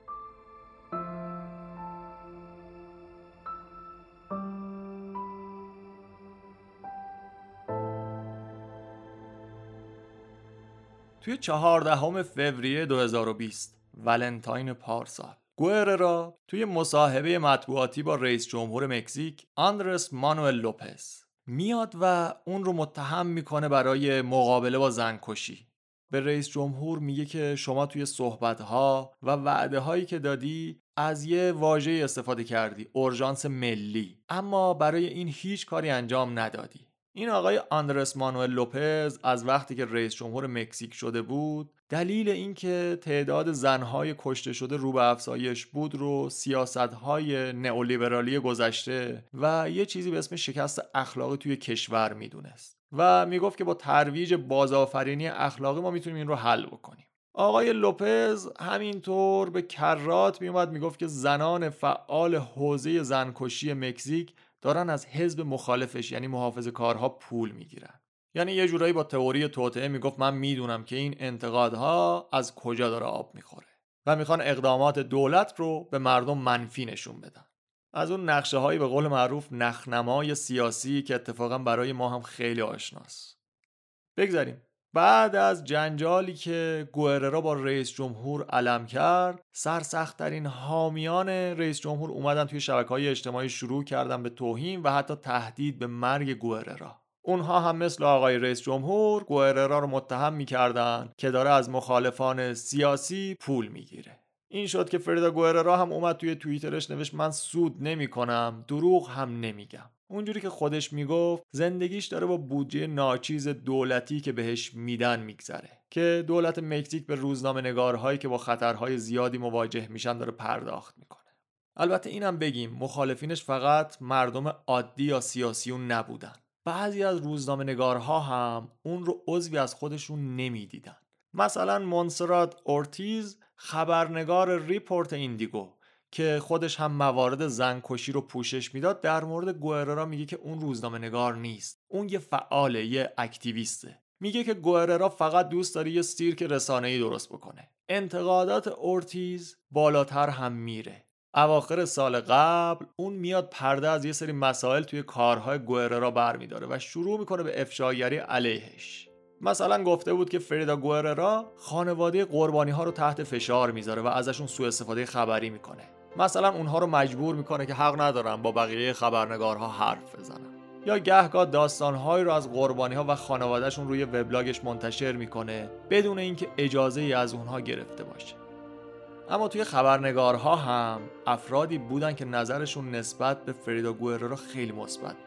توی چهاردهم فوریه دو هزار و بیست، ولنتاین پارسال، گوئررا توی مصاحبه مطبوعاتی با رئیس جمهور مکزیک آندرس مانوئل لوپز میاد و اون رو متهم میکنه برای مقابله با زنکشی. به رئیس جمهور میگه که شما توی صحبت‌ها و وعده‌هایی که دادی از یه واژه‌ای استفاده کردی، اورژانس ملی، اما برای این هیچ کاری انجام ندادی. این آقای آندرس مانوئل لوپز از وقتی که رئیس جمهور مکزیک شده بود، دلیل اینکه تعداد زنهای کشته شده رو به افزایش بود رو سیاست‌های نئولیبرالی گذشته و یه چیزی به اسم شکست اخلاقی توی کشور میدونست و میگفت که با ترویج بازآفرینی اخلاقی ما میتونیم این رو حل بکنیم. آقای لوپز همینطور به کرات میومد میگفت که زنان فعال حوزه زنکشی مکزیک دارن از حزب مخالفش یعنی محافظه‌کارها پول میگیرن. یعنی یه جورایی با تئوری توطئه میگفت من میدونم که این انتقادها از کجا داره آب میخوره و میخوان اقدامات دولت رو به مردم منفی نشون بدن. از اون نقشه هایی به قول معروف نخنمای سیاسی که اتفاقا برای ما هم خیلی آشناست. بگذاریم. بعد از جنجالی که گوئررا با رئیس جمهور علم کرد، سرسخت‌ترین حامیان رئیس جمهور اومدن توی شبکه‌های اجتماعی شروع کردن به توهین و حتی تهدید به مرگ گوئررا. اونها هم مثل آقای رئیس جمهور گوئررا رو متهم می‌کردن که داره از مخالفان سیاسی پول میگیره. این شد که فریدا گوئررا هم اومد توی توییترش نوشت من سود نمی‌کنم، دروغ هم نمیگم. اونجوری که خودش میگفت زندگیش داره با بودجه ناچیز دولتی که بهش میدن میگذره که دولت مکزیک به روزنامه نگارهایی که با خطرهای زیادی مواجه میشن داره پرداخت میکنه. البته اینم بگیم مخالفینش فقط مردم عادی یا سیاسیون نبودن. بعضی از روزنامه نگارها هم اون رو عضوی از خودشون نمیدیدن. مثلا مونسرات اورتیز خبرنگار ریپورت ایندیگو که خودش هم موارد زنکشی رو پوشش میداد در مورد گوئررا میگه که اون روزنامه نگار نیست، اون یه فعاله، یه اکتیویسته. میگه که گوئررا فقط دوست داره یه سیرک رسانه‌ای درست بکنه. انتقادات اورتیز بالاتر هم میره. اواخر سال قبل اون میاد پرده از یه سری مسائل توی کارهای گوئررا برمیداره و شروع میکنه به افشاگری علیهش. مثلا گفته بود که فریدا گوئررا خانواده قربانی ها رو تحت فشار میذاره و ازشون سوء استفاده خبری میکنه. مثلا اونها رو مجبور میکنه که حق ندارن با بقیه خبرنگارها حرف بزنن، یا گهگاه داستانهایی رو از قربانی‌ها و خانواده‌شون روی وبلاگش منتشر میکنه بدون اینکه اجازه‌ای از اونها گرفته باشه. اما توی خبرنگارها هم افرادی بودن که نظرشون نسبت به فریدا گوئررا خیلی مثبت.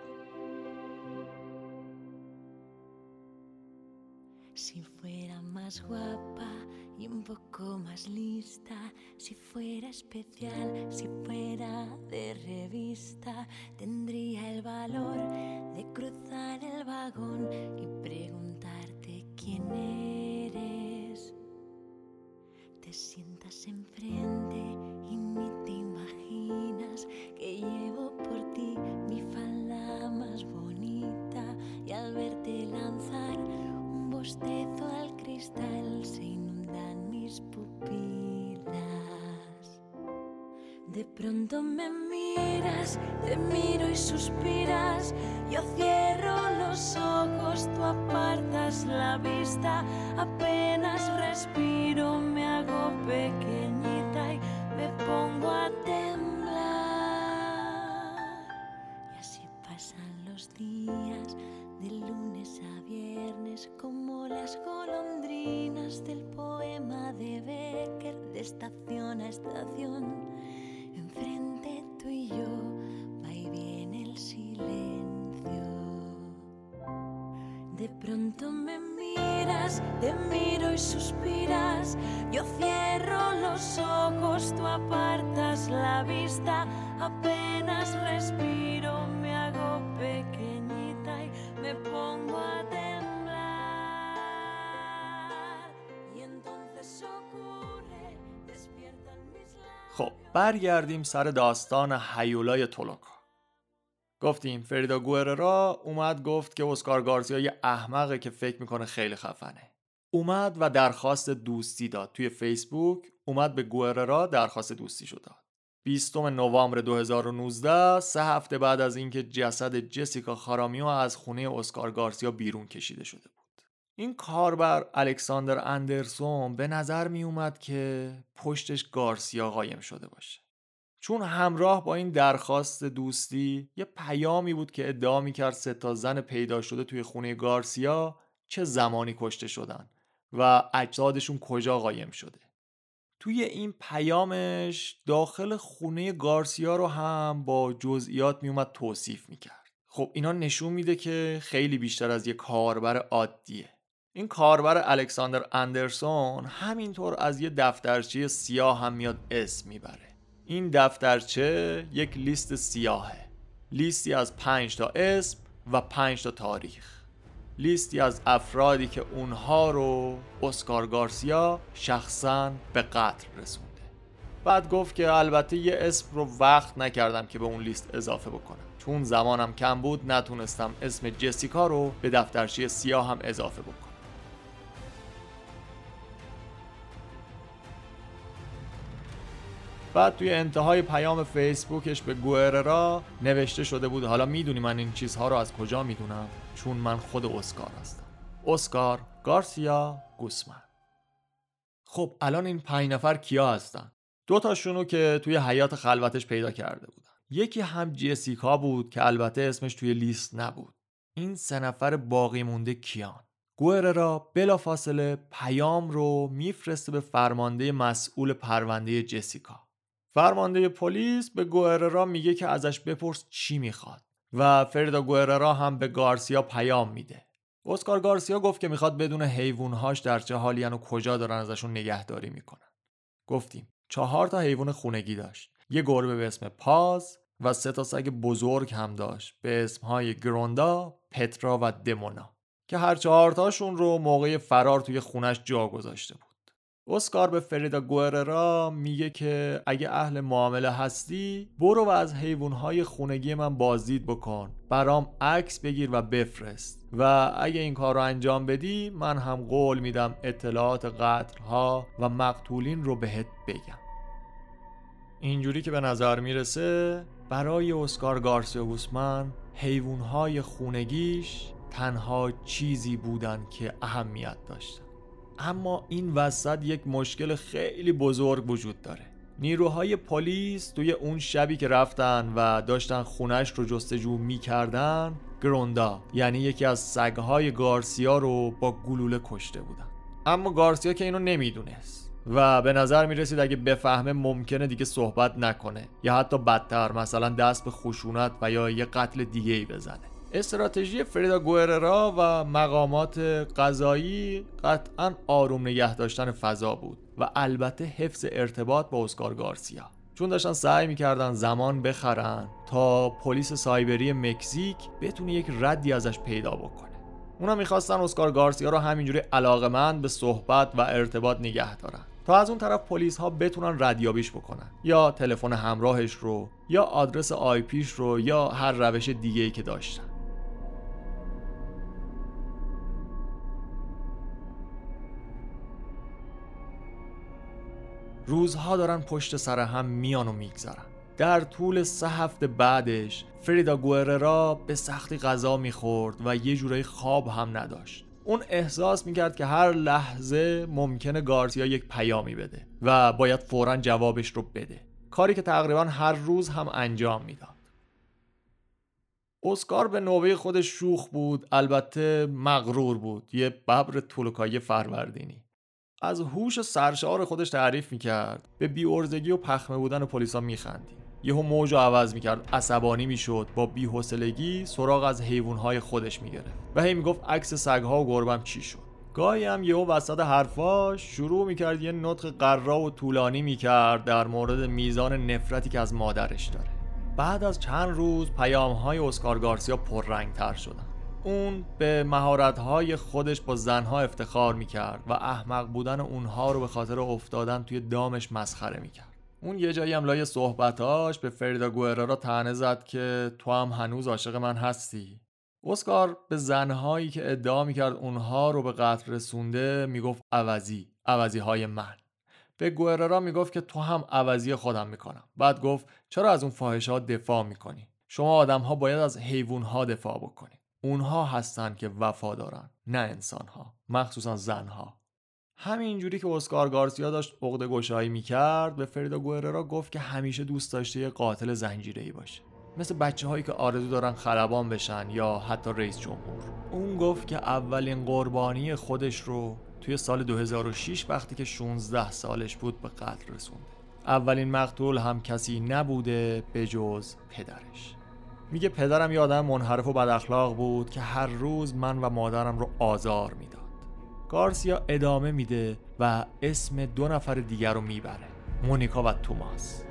Si fuera más guapa y un poco más lista, si fuera especial, si fuera de revista, tendría el valor de cruzar el vagón y preguntarte quién eres. Te sientas enfrente y ni te imaginas que llevo por ti mi falda más bonita, y al verte lanzar bostezo al cristal se inundan mis pupilas. De pronto me miras, te miro y suspiras. Yo cierro los ojos, tú apartas la vista. Apenas respiro, me hago pequeñita y me pongo a temblar. Y así pasan los días, de lunes a viernes, como las golondrinas del poema de Becker, de estación a estación. Enfrente tú y yo, va y viene el silencio. De pronto me miras, te miro y suspiras. Yo cierro los ojos, tú apartas la vista. Apenas respiro, me hago pequeñita y me pongo a temblar. Y entonces ocurre, despiertan mis labios. خب برگردیم سر داستان هیولای تولوکا. گفتیم فریدا گوئررا اومد گفت که اسکار گارسیا یه احمقه که فکر میکنه خیلی خفنه. اومد و درخواست دوستی داد توی فیسبوک. اومد به گوئررا درخواست دوستی شد داد. بیستم نوامبر دو هزار و نوزده، سه هفته بعد از اینکه جسد جسیکا خارامیو از خونه اسکار گارسیا بیرون کشیده شده بود. این کاربر الکساندر اندرسون به نظر می اومد که پشتش گارسیا قایم شده باشه، چون همراه با این درخواست دوستی یه پیامی بود که ادعا می‌کرد سه تا زن پیدا شده توی خونه گارسیا چه زمانی کشته شدن و اجسادشون کجا قایم شده. توی این پیامش داخل خونه گارسیا رو هم با جزئیات میومد توصیف میکرد. خب اینا نشون میده که خیلی بیشتر از یه کاربر عادیه. این کاربر الکساندر اندرسون همینطور از یه دفترچه سیاه هم میاد اسم میبره. این دفترچه یک لیست سیاهه، لیستی از پنج تا اسم و پنج تا تاریخ، لیستی از افرادی که اونها رو اسکار گارسیا شخصاً به قتل رسونده. بعد گفت که البته یه اسم رو وقت نکردم که به اون لیست اضافه بکنم، چون زمانم کم بود نتونستم اسم جسیکا رو به دفترچه سیاه هم اضافه بکنم. بعد توی انتهای پیام فیسبوکش به گوئررا نوشته شده بود حالا میدونی من این چیزها رو از کجا میدونم؟ چون من خود اسکار هستم. اسکار گارسیا گوسمن. خب الان این پنج نفر کیا هستن؟ دو تاشونو که توی حیات خلوتش پیدا کرده بودن. یکی هم جسیکا بود که البته اسمش توی لیست نبود. این سه نفر باقی مونده کیان؟ گوئررا بلافاصله پیام رو میفرسته به فرمانده مسئول پرونده جسیکا. فرمانده پلیس به گوئررا میگه که ازش بپرس چی میخواد و فریدا گوئررا هم به گارسیا پیام میده. اسکار گارسیا گفت که میخواد بدون حیوانهاش در چه حالی ان و کجا دارن ازشون نگهداری میکنن. گفتیم چهار تا حیوان خونگی داشت، یه گربه به اسم پاز و سه تا سگ بزرگ هم داشت به اسمهای گروندا، پترا و دمونا که هر چهار تاشون رو موقع فرار توی خونش جا گذاشته بود. اسکار به فریدا گوئررا میگه که اگه اهل معامله هستی برو و از حیوانهای خونگی من بازدید بکن، برام عکس بگیر و بفرست و اگه این کار رو انجام بدی من هم قول میدم اطلاعات قتل‌ها و مقتولین رو بهت بگم. اینجوری که به نظر میرسه برای اسکار گارسیا گوسمن حیوانهای خونگیش تنها چیزی بودن که اهمیت داشتن. اما این وسط یک مشکل خیلی بزرگ وجود داره. نیروهای پلیس توی اون شبی که رفتن و داشتن خونش رو جستجو میکردن، گروندا یعنی یکی از سگهای گارسیا رو با گلوله کشته بودن. اما گارسیا که اینو نمیدونست و به نظر میرسید اگه بفهمه ممکنه دیگه صحبت نکنه یا حتی بدتر مثلا دست به خشونت و یا یه قتل دیگه ای بزنه. استراتژی فریدا گوئررا و مقامات قضایی قطعاً آروم نگه داشتن فضا بود و البته حفظ ارتباط با اسکار گارسیا، چون داشتن سعی میکردن زمان بخرن تا پلیس سایبری مکزیک بتونه یک ردی ازش پیدا بکنه. اونا میخواستن اسکار گارسیا رو همینجوری علاقمند به صحبت و ارتباط نگه دارن تا از اون طرف پلیس ها بتونن ردیابیش بکنن، یا تلفن همراهش رو یا آدرس آی پیش رو یا هر روش دیگه‌ای که داشتن. روزها دارن پشت سر هم میان و میگذرن. در طول سه هفته بعدش فریدا گوئررا به سختی غذا میخورد و یه جورایی خواب هم نداشت. اون احساس میکرد که هر لحظه ممکنه گارسیا یک پیامی بده و باید فوراً جوابش رو بده، کاری که تقریباً هر روز هم انجام میداد. اسکار به نوبه خودش شوخ بود، البته مغرور بود، یه ببر طولکای فروردینی. از هوش سرشار خودش تعریف میکرد، به بی‌عرضگی و پخمه بودن پلیسا میخندید. یهو موج عوض میکرد، عصبانی میشد، با بی‌حوصلگی سراغ از حیوانهای خودش میگرفت و هی میگفت عکس سگها و گربم چی شد. گاهی هم یهو وسط حرفاش شروع میکرد یه نطق قرا و طولانی میکرد در مورد میزان نفرتی که از مادرش داره. بعد از چند روز پیامهای اسکار گارسیا پررنگتر شدن. اون به مهارت‌های خودش با زنها افتخار میکرد و احمق بودن اونها رو به خاطر افتادن توی دامش مسخره میکرد. اون یه جایی هم لای صحبتاش به فریدا گوئررا طعنه زد که تو هم هنوز عاشق من هستی. اسکار به زنهایی که ادعا میکرد اونها رو به قتل رسونده میگفت عوضی، عوضی های من. به گوئررا میگفت که تو هم عوضی خودم میکنم. بعد گفت چرا از اون فاحشه‌ها دفاع میکنی؟ شما آدم‌ها باید از حیوان‌ها دفاع بکنی. اونها هستن که وفادارن، نه انسان‌ها، مخصوصا زن‌ها. همینجوری که اسکار گارسیا داشت عقده گشایی میکرد، به فریدا گوئررا گفت که همیشه دوست داشته یه قاتل زنجیره‌ای باشه، مثل بچه‌هایی که آرزو دارن خلبان بشن یا حتی رئیس جمهور. اون گفت که اولین قربانی خودش رو توی سال دو هزار و شش وقتی که شانزده سالش بود به قتل رسونده. اولین مقتول هم کسی نبوده به جز پدرش. میگه پدرم یه آدم منحرف و بد اخلاق بود که هر روز من و مادرم رو آزار میداد. گارسیا ادامه میده و اسم دو نفر دیگر رو میبره، مونیکا و توماس.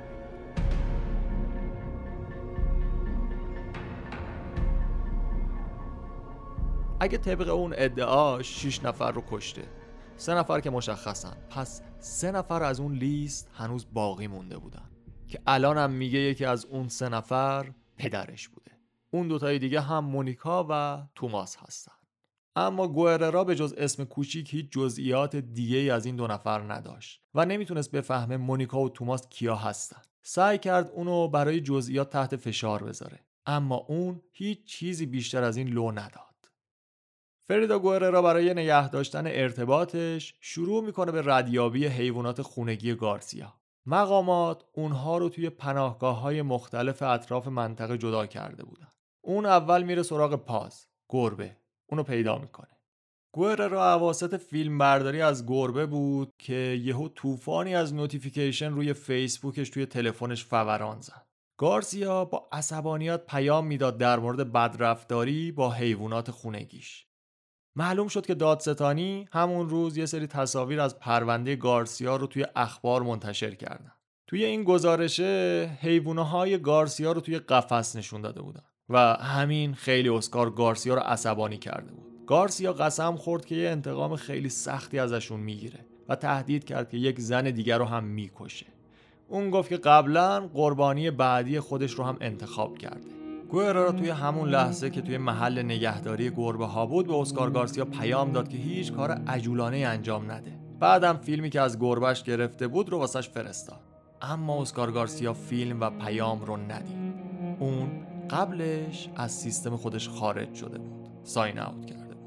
اگه طبق اون ادعا شش نفر رو کشته، سه نفر که مشخصن، پس سه نفر از اون لیست هنوز باقی مونده بودن که الانم میگه یکی از اون سه نفر پدرش بوده. اون دوتای دیگه هم مونیکا و توماس هستن. اما گوئررا به جز اسم کوچیک هیچ جزئیات دیگه از این دو نفر نداشت و نمیتونست بفهمه مونیکا و توماس کیا هستن. سعی کرد اونو برای جزئیات تحت فشار بذاره، اما اون هیچ چیزی بیشتر از این لو نداد. فریدا گوئررا برای نگه داشتن ارتباطش شروع میکنه به ردیابی حیوانات خونگی گارسیا. مقامات اونها رو توی پناهگاه‌های مختلف اطراف منطقه جدا کرده بودن. اون اول میره سراغ پاز، گربه. اونو پیدا میکنه. گوئررا اواسط فیلم برداری از گربه بود که یهو طوفانی از نوتیفیکیشن روی فیسبوکش توی تلفنش فوران زد. گارسیا با عصبانیت پیام میداد در مورد بدرفتاری با حیوانات خونگیش. معلوم شد که دادستانی همون روز یه سری تصاویر از پرونده گارسیا رو توی اخبار منتشر کردن. توی این گزارشه حیوانات گارسیا رو توی قفس نشون داده بودن و همین خیلی اسکار گارسیا رو عصبانی کرده بود. گارسیا قسم خورد که یه انتقام خیلی سختی ازشون میگیره و تهدید کرد که یک زن دیگر رو هم میکشه. اون گفت که قبلا قربانی بعدی خودش رو هم انتخاب کرده. گوئررا توی همون لحظه که توی محل نگهداری گربه ها بود به اسکار گارسیا پیام داد که هیچ کار عجولانه انجام نده. بعدم فیلمی که از گربهش گرفته بود رو واسش فرستاد. اما اسکار گارسیا فیلم و پیام رو ندید. اون قبلش از سیستم خودش خارج شده بود، ساین اوت کرده بود.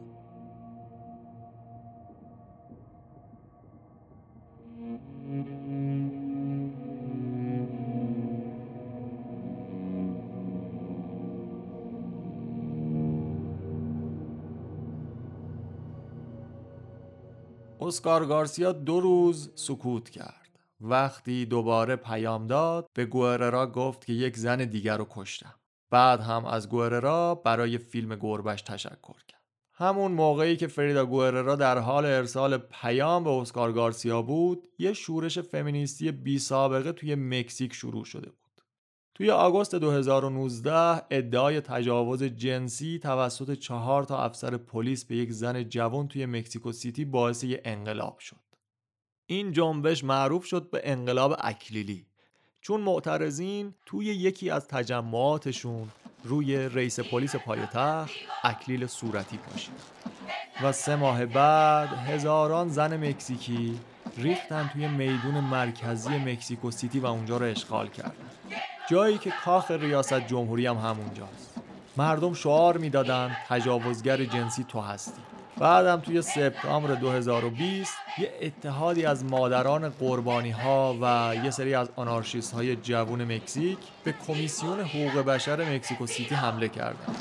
اسکار گارسیا دو روز سکوت کرد. وقتی دوباره پیام داد به گوئررا گفت که یک زن دیگر رو کشتم. بعد هم از گوئررا برای فیلم گربش تشکر کرد. همون موقعی که فریدا گوئررا در حال ارسال پیام به اسکار گارسیا بود، یه شورش فمینیستی بی سابقه توی مکزیک شروع شده بود. توی آگوست دو هزار و نوزده ادعای تجاوز جنسی توسط چهار تا افسر پلیس به یک زن جوان توی مکزیکو سیتی باعث یه انقلاب شد. این جنبش معروف شد به انقلاب اکلیلی، چون معترضین توی یکی از تجمعاتشون روی رئیس پلیس پایتخت اکلیل صورتی پاشید و سه ماه بعد هزاران زن مکزیکی ریختن توی میدون مرکزی مکزیکو سیتی و اونجا رو اشغال کردن، جایی که کاخ ریاست جمهوری هم همونجاست. مردم شعار میدادن تجاوزگر جنسی تو هستی. بعدم توی سپتامبر دو هزار و بیست یه اتحادی از مادران قربانی ها و یه سری از آنارشیست های جوون مکزیک به کمیسیون حقوق بشر مکزیکو سیتی حمله کردن.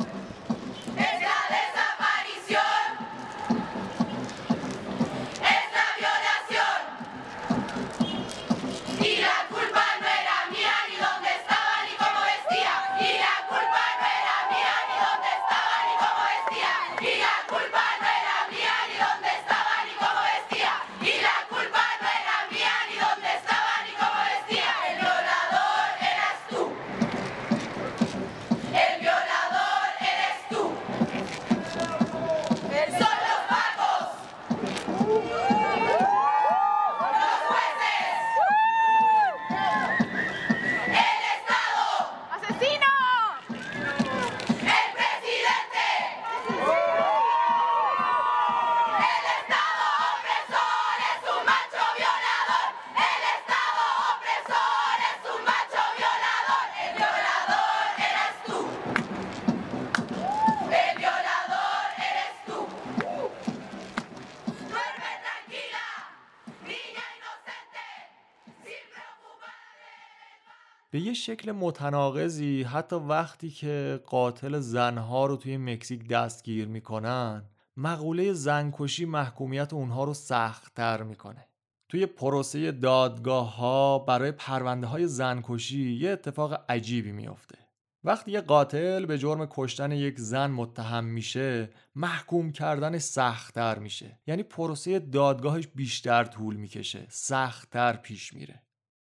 به یه شکل متناقضی حتی وقتی که قاتل زنها رو توی مکزیک دستگیر میکنن، مقوله زنکشی محکومیت اونها رو سخت‌تر میکنه. توی پروسه دادگاه ها برای پرونده های زنکشی یه اتفاق عجیبی میفته. وقتی یه قاتل به جرم کشتن یک زن متهم میشه، محکوم کردنش سخت‌تر میشه. یعنی پروسه دادگاهش بیشتر طول میکشه، سخت‌تر پیش میره.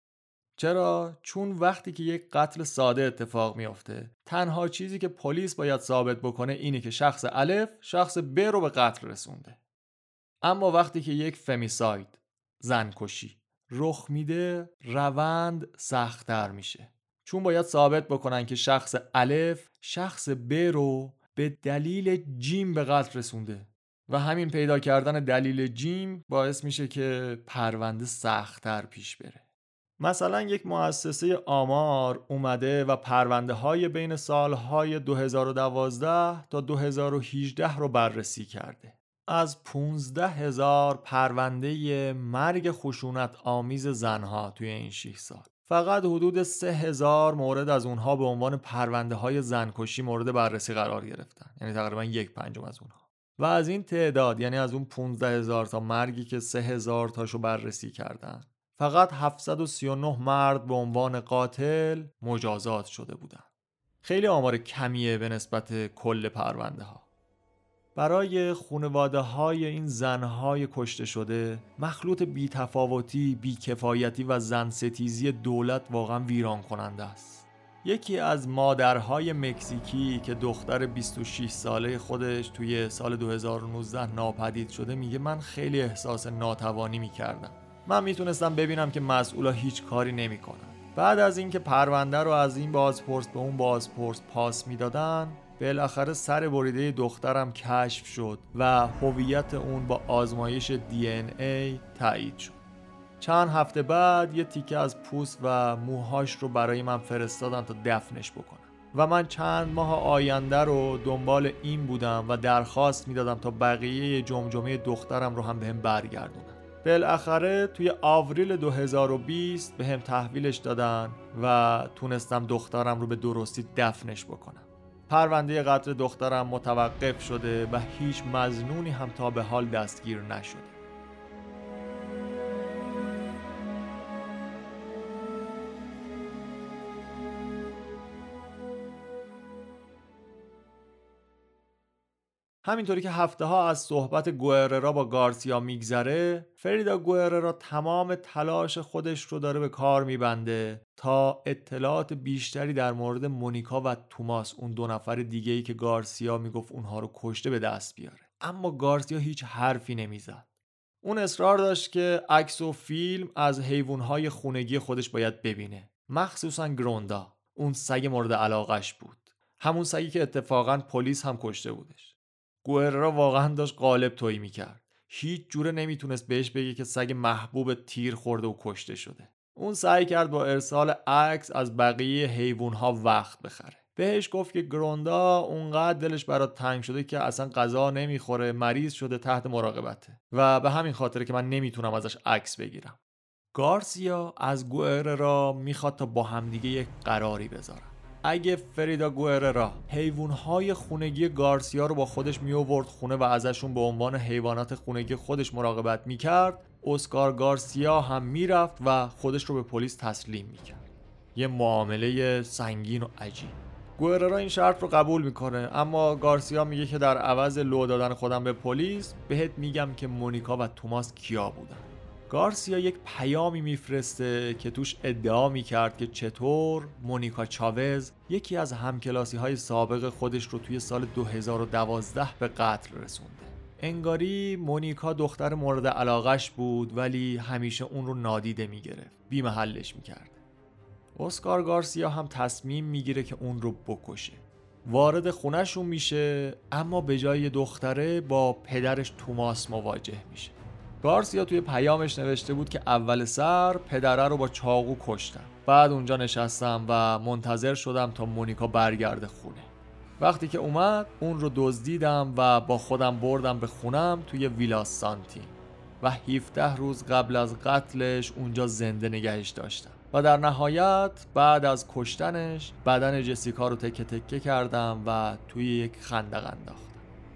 چرا؟ چون وقتی که یک قتل ساده اتفاق میفته، تنها چیزی که پلیس باید ثابت بکنه اینه که شخص الف شخص ب رو به قتل رسونده. اما وقتی که یک فمیساید، زنکشی رخ میده، روند سخت‌تر میشه، چون باید ثابت بکنن که شخص الف شخص ب رو به دلیل جیم به قتل رسونده و همین پیدا کردن دلیل جیم باعث میشه که پرونده سخت‌تر پیش بره. مثلا یک مؤسسه آمار اومده و پرونده های بین سالهای دو هزار و دوازده تا دو هزار و هجده رو بررسی کرده. از پانزده هزار پرونده مرگ خشونت آمیز زنها توی این شش سال، فقط حدود سه هزار مورد از اونها به عنوان پرونده های زنکشی مورد بررسی قرار گرفتن، یعنی تقریبا یک پنجم از اونها. و از این تعداد، یعنی از اون پانزده هزار تا مرگی که سه هزار تاشو بررسی کردن، فقط هفتصد و سی و نه مرد به عنوان قاتل مجازات شده بودند. خیلی آمار کمیه به نسبت کل پرونده ها. برای خانواده های این زنهای کشته شده، مخلوط بی‌تفاوتی، بی‌کفایتی و زن ستیزی دولت واقعا ویران کننده است. یکی از مادرهای مکزیکی که دختر بیست و شش ساله خودش توی سال دو هزار و نوزده ناپدید شده میگه من خیلی احساس ناتوانی میکردم. من میتونستم ببینم که مسئولا هیچ کاری نمیکنن. بعد از اینکه پرونده رو از این بازپرس به اون بازپرس پاس میدادن، بالاخره سر بریده دخترم کشف شد و هویت اون با آزمایش دی ان ای تایید شد. چند هفته بعد یه تیکه از پوست و موهاش رو برای من فرستادن تا دفنش بکنم و من چند ماه آینده رو دنبال این بودم و درخواست میدادم تا بقیه جمجمه دخترم رو هم بهم برگردونن. بالاخره توی آوریل دو هزار و بیست بهم تحویلش دادن و تونستم دخترم رو به درستی دفنش بکنم. پرونده قتل دخترم متوقف شده و هیچ مظنونی هم تا به حال دستگیر نشده. همینطوری که هفته ها از صحبت گوئررا با گارسیا میگذره، فریدا گوئررا تمام تلاش خودش رو داره به کار میبنده تا اطلاعات بیشتری در مورد مونیکا و توماس، اون دو نفر دیگه‌ای که گارسیا میگفت اونها رو کشته، به دست بیاره. اما گارسیا هیچ حرفی نمیزد. اون اصرار داشت که عکس و فیلم از حیوانهای خونگی خودش باید ببینه، مخصوصا گروندا، اون سگ مورد علاقش بود، همون سگی که اتفاقا پلیس هم کشته بودش. گوئررا واقعا داشت قالب تویی میکرد. هیچ جوره نمیتونست بهش بگه که سگ محبوب تیر خورده و کشته شده. اون سعی کرد با ارسال عکس از بقیه حیوانها وقت بخره. بهش گفت که گروندا اونقدر دلش برات تنگ شده که اصلا غذا نمیخوره، مریض شده، تحت مراقبته و به همین خاطره که من نمیتونم ازش عکس بگیرم. گارسیا از گوئررا میخواد تا با همدیگه یک قراری بذارن. اگه فریدا گوئررا حیوانهای خونگی گارسیا رو با خودش می آورد خونه و ازشون به عنوان حیوانات خونگی خودش مراقبت میکرد، اسکار گارسیا هم میرفت و خودش رو به پلیس تسلیم میکرد. یه معامله سنگین و عجیب. گوئررا این شرط رو قبول میکنه، اما گارسیا میگه که در عوض لو دادن خودم به پلیس بهت میگم که مونیکا و توماس کیا بودن. گارسیا یک پیامی میفرسته که توش ادعا میکرد که چطور مونیکا چاوز یکی از همکلاسی های سابق خودش رو توی سال دو هزار و دوازده به قتل رسونده. انگاری مونیکا دختر مورد علاقش بود ولی همیشه اون رو نادیده میگرفت، بی محلش میکرد. اسکار گارسیا هم تصمیم میگیره که اون رو بکشه. وارد خونهشون میشه، اما به جای دختره با پدرش توماس مواجه میشه. گارسیا توی پیامش نوشته بود که اول سر پدره رو با چاقو کشتم، بعد اونجا نشستم و منتظر شدم تا مونیکا برگرده خونه. وقتی که اومد اون رو دزدیدم و با خودم بردم به خونم توی ویلا سانتین و هفده روز قبل از قتلش اونجا زنده نگهش داشتم و در نهایت بعد از کشتنش بدن جسیکا رو تکه تکه کردم و توی یک خندق انداختم.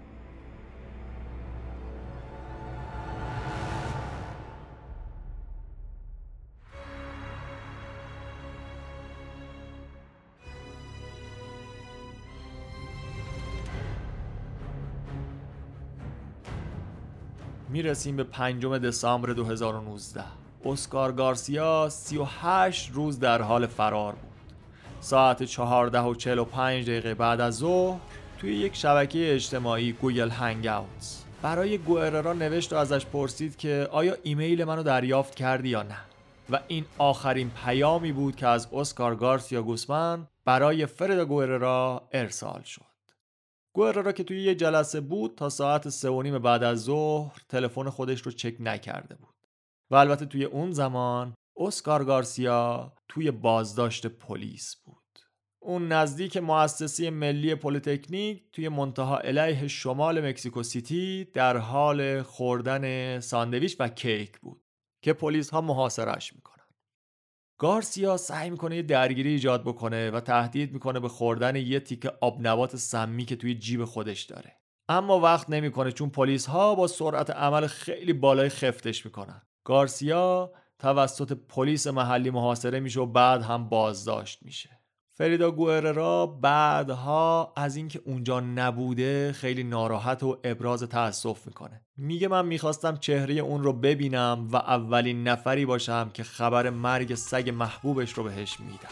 میرسیم به پنجم دسامبر دو هزار و نوزده. اسکار گارسیا سی و هشت روز در حال فرار بود. ساعت چهارده و چهل و پنج دقیقه بعد از ظهر توی یک شبکه اجتماعی گوگل هنگ اوتس برای گوئررا نوشت و ازش پرسید که آیا ایمیل منو دریافت کردی یا نه، و این آخرین پیامی بود که از اسکار گارسیا گوسمن برای فریدا گوئررا ارسال شد. گوئررا که توی یه جلسه بود تا ساعت سه و نیم بعد از ظهر تلفن خودش رو چک نکرده بود و البته توی اون زمان اسکار گارسیا توی بازداشت پلیس بود. اون نزدیک مؤسسه ملی پلیتکنیک توی منتهی علیه شمال مکزیکو سیتی در حال خوردن ساندویچ و کیک بود که پلیس ها محاصره‌اش میکنن. گارسیا سعی میکنه یه درگیری ایجاد بکنه و تهدید میکنه به خوردن یه تیکه آبنبات سمی که توی جیب خودش داره، اما وقت نمیکنه چون پلیس ها با سرعت عمل خیلی بالای خفتش میکنن. گارسیا توسط پلیس محلی محاصره میشه و بعد هم بازداشت میشه. فریدا گوئررا بعدها از اینکه اونجا نبوده خیلی ناراحت و ابراز تأسف میکنه. میگه من میخواستم چهره اون رو ببینم و اولین نفری باشم که خبر مرگ سگ محبوبش رو بهش میدم.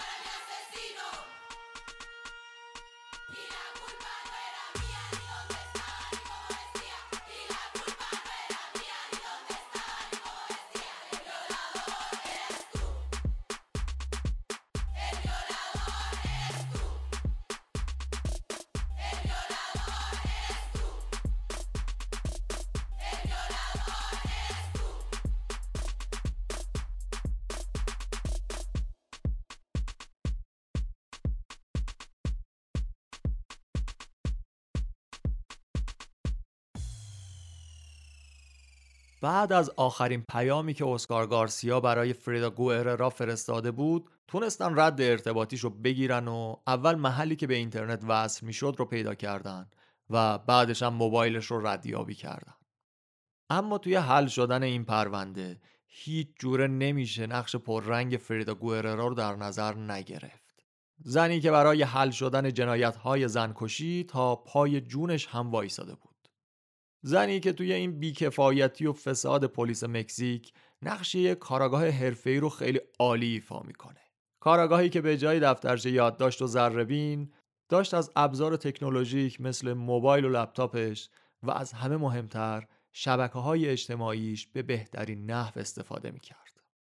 بعد از آخرین پیامی که اسکار گارسیا برای فریدا گوئررا فرستاده بود تونستن رد ارتباطیش رو بگیرن و اول محلی که به اینترنت وصل میشد رو پیدا کردن و بعدش هم موبایلش رو ردیابی کردن. اما توی حل شدن این پرونده هیچ جوره نمیشه نقش پررنگ فریدا گوئررا رو در نظر نگرفت. زنی که برای حل شدن جنایت‌های زنکشی تا پای جونش هم وایساده بود. زنی که توی این بیکفایتی و فساد پلیس مکزیک نقش یک کاراگاه حرفه‌ای رو خیلی عالی ایفا میکنه. کاراگاهی که به جای دفترچه یادداشت و ذره‌بین داشت از ابزار تکنولوژیک مثل موبایل و لپتاپش و از همه مهمتر شبکه‌های اجتماعیش به بهترین نحو استفاده میکرد.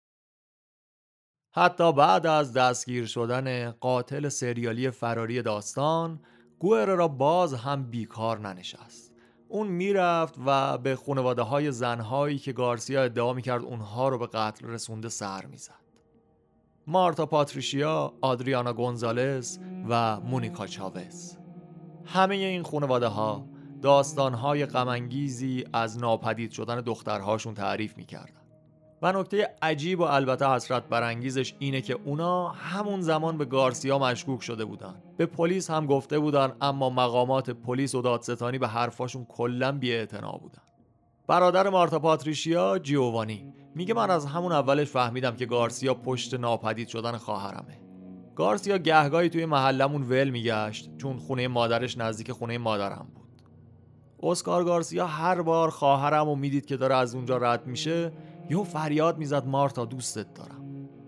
حتی بعد از دستگیر شدن قاتل سریالی فراری داستان، گوئررا باز هم بیکار ننشست. اون میرفت و به خانواده های زنهایی که گارسیا ادعا میکرد اونها رو به قتل رسونده سر میزد. مارتا پاتریشیا، آدریانا گونزالز و مونیکا چاوز. همه این خانواده ها داستانهای غم‌انگیزی از ناپدید شدن دخترهاشون تعریف میکردن. و نکته عجیب و البته حسرت برانگیزش اینه که اونا همون زمان به گارسیا مشکوک شده بودن. به پلیس هم گفته بودن، اما مقامات پلیس و دادستانی به حرفاشون کلاً بی‌اعتنا بودن. برادر مارتا پاتریشیا، جیووانی، میگه من از همون اولش فهمیدم که گارسیا پشت ناپدید شدن خواهرمه. گارسیا گهگاهی توی محلمون ول میگشت چون خونه مادرش نزدیک خونه مادرم بود. اسکار گارسیا هر بار خواهرم رو میدید که داره از اونجا رد میشه، یهو فریاد میزد مارتا دوستت دارم.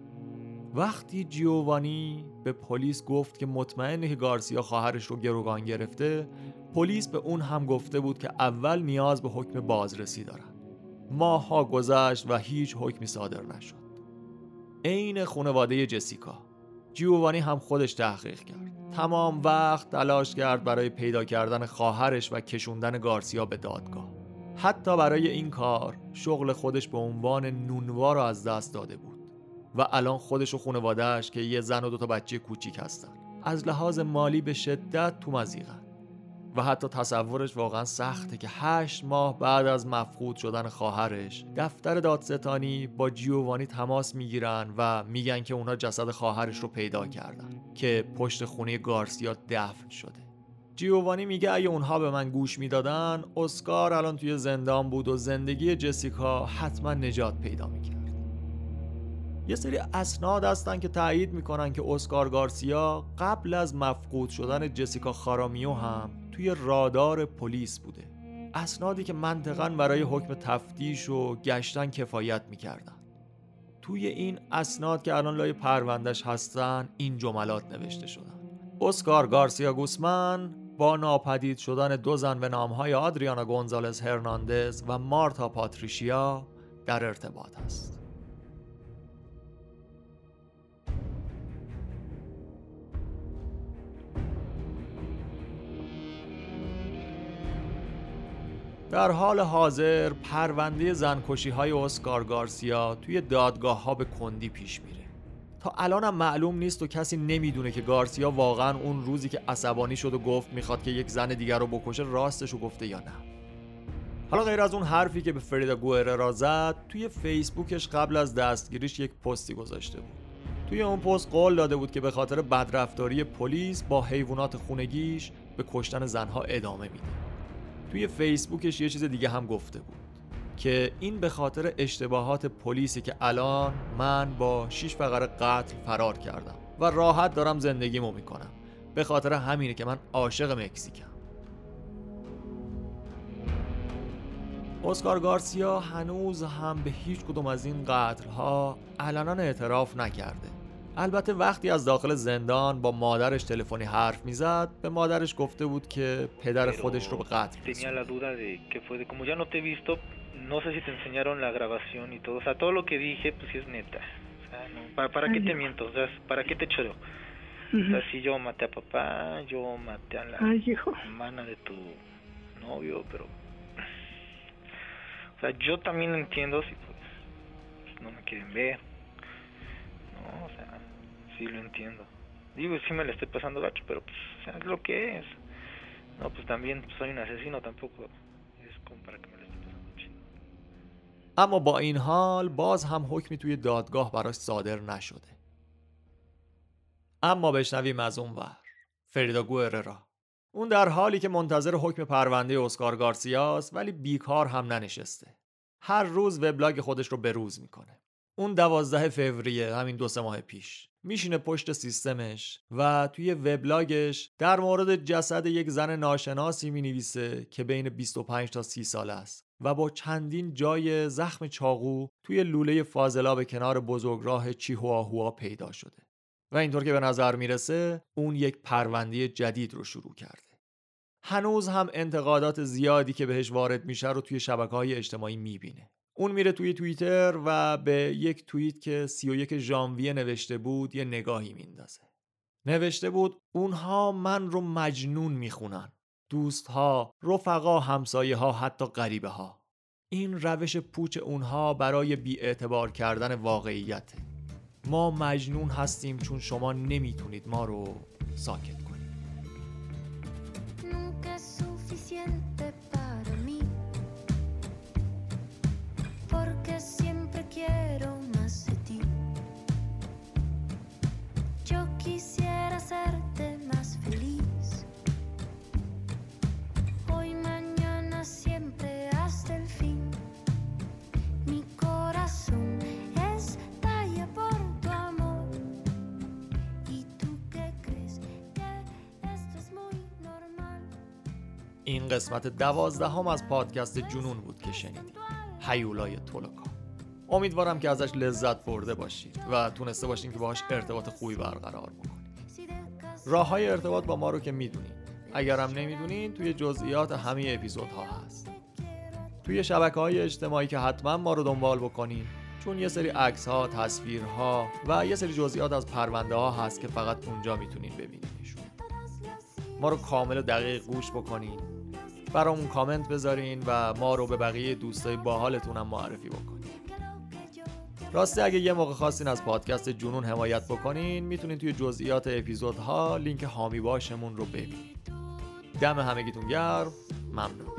وقتی جیووانی به پلیس گفت که مطمئنه که گارسیا خواهرش رو گروگان گرفته، پلیس به اون هم گفته بود که اول نیاز به حکم بازرسی دارن. ماه‌ها گذشت و هیچ حکمی صادر نشد. عین خانواده جسیکا، جیووانی هم خودش تحقیق کرد. تمام وقت تلاش کرد برای پیدا کردن خواهرش و کشوندن گارسیا به دادگاه. حتی برای این کار شغل خودش به عنوان نونوا رو از دست داده بود و الان خودش و خانواده‌اش که یه زن و دو تا بچه کوچیک هستن از لحاظ مالی به شدت تو مضیقن و حتی تصورش واقعا سخته که هشت ماه بعد از مفقود شدن خواهرش دفتر دادستانی با جیووانی تماس میگیرن و میگن که اونا جسد خواهرش رو پیدا کردن که پشت خونه گارسیا دفن شده. جیووانی میگه اگه اونها به من گوش میدادن، اسکار الان توی زندان بود و زندگی جسیکا حتما نجات پیدا میکرد. یه سری اسناد هستن که تایید میکنن که اسکار گارسیا قبل از مفقود شدن جسیکا خارامیو هم توی رادار پلیس بوده. اسنادی که منطقاً برای حکم تفتیش و گشتن کفایت میکردن. توی این اسناد که الان لای پروندهش هستن این جملات نوشته شدن: اسکار گارسیا گوسمن با ناپدید شدن دو زن به نامهای آدریانا گونزالز هرناندز و مارتا پاتریشیا در ارتباط است. در حال حاضر پرونده زنکشی‌های اسکار گارسیا توی دادگاه‌ها به کندی پیش میره. تا الان هم معلوم نیست و کسی نمیدونه که گارسیا واقعا اون روزی که عصبانی شد و گفت میخواد که یک زن دیگر رو بکشه راستشو گفته یا نه. حالا غیر از اون حرفی که به فریدا گوئررا زد، توی فیسبوکش قبل از دستگیریش یک پستی گذاشته بود. توی اون پست قول داده بود که به خاطر بدرفتاری پلیس با حیوانات خونگیش به کشتن زنها ادامه میده. توی فیسبوکش یه چیز دیگه هم گفته بود که این به خاطر اشتباهات پلیسی که الان من با شش فقره قتل فرار کردم و راحت دارم زندگیمو میکنم. به خاطر همینه که من عاشق مکزیکم. اسکار گارسیا هنوز هم به هیچ کدوم از این قتل‌ها علنا اعتراف نکرده. البته وقتی از داخل زندان با مادرش تلفنی حرف میزد، به مادرش گفته بود که پدر خودش رو به قتل رسوند. No sé si te enseñaron la grabación y todo, o sea, todo lo que dije, pues sí es neta, o sea, no, ¿para, para qué te miento? O sea, ¿para qué te choreo? O sea, si yo maté a papá, yo maté a la hermana de tu novio, pero, o sea, yo también entiendo si pues no me quieren ver, no, o sea, sí lo entiendo, digo, sí me la estoy pasando gacho, pero pues, o sea, es lo que es, no, pues también pues, soy un asesino, tampoco es como para que me la اما با این حال باز هم حکمی توی دادگاه براش صادر نشده. اما بشنویم از اون ور فریدا گوئررا. اون در حالی که منتظر حکم پرونده اسکار گارسیاست ولی بیکار هم ننشسته. هر روز وبلاگ خودش رو بروز میکنه. اون دوازده فوریه، همین دو سه ماه پیش، میشینه پشت سیستمش و توی وبلاگش در مورد جسد یک زن ناشناسی مینویسه که بین بیست و پنج تا سی ساله است و با چندین جای زخم چاقو توی لوله فاضلاب کنار بزرگراه چیهواهوا پیدا شده. و اینطور که به نظر میرسه اون یک پرونده جدید رو شروع کرده. هنوز هم انتقادات زیادی که بهش وارد میشه رو توی شبکه‌های اجتماعی میبینه. اون میره توی توییتر و به یک توییت که سی و یک ژانویه نوشته بود یه نگاهی میندازه. نوشته بود اونها من رو مجنون میخونن. دوستها، رفقا، همسایه ها، حتی غریبه ها. این روش پوچ اونها برای بی‌اعتبار کردن واقعیته. ما مجنون هستیم چون شما نمیتونید ما رو ساکت کنید. Nunca es suficiente para mí, porque siempre quiero más de ti. Yo quisiera hacerte más feliz, hoy, mañana, siempre hasta el fin. Mi corazón estalla por tu amor, y tú qué crees que esto es muy normal. این قسمت دوازدهم از پادکست جنون بود که شنیدید. هیولای تولکا. امیدوارم که ازش لذت برده باشید و تونسته باشین که باهاش ارتباط خوبی برقرار بکنید. راه‌های ارتباط با ما رو که میدونید. اگرم نمیدونین توی جزئیات همه اپیزودها هست. توی شبکه‌های اجتماعی که حتما ما رو دنبال بکنین، چون یه سری عکس‌ها، تصویرها و یه سری جزئیات از پرونده‌ها هست که فقط اونجا میتونین ببینینشون. ما رو کامل و دقیق گوش بکنین، برامون کامنت بذارین و ما رو به بقیه دوستای باحالتون هم معرفی بکنین. راستی اگه یه موقع خواستین از پادکست جنون حمایت بکنین، میتونین توی جزئیات اپیزودها لینک حامی باشمون رو ببینید. دم همگیتون گرم. ممنون.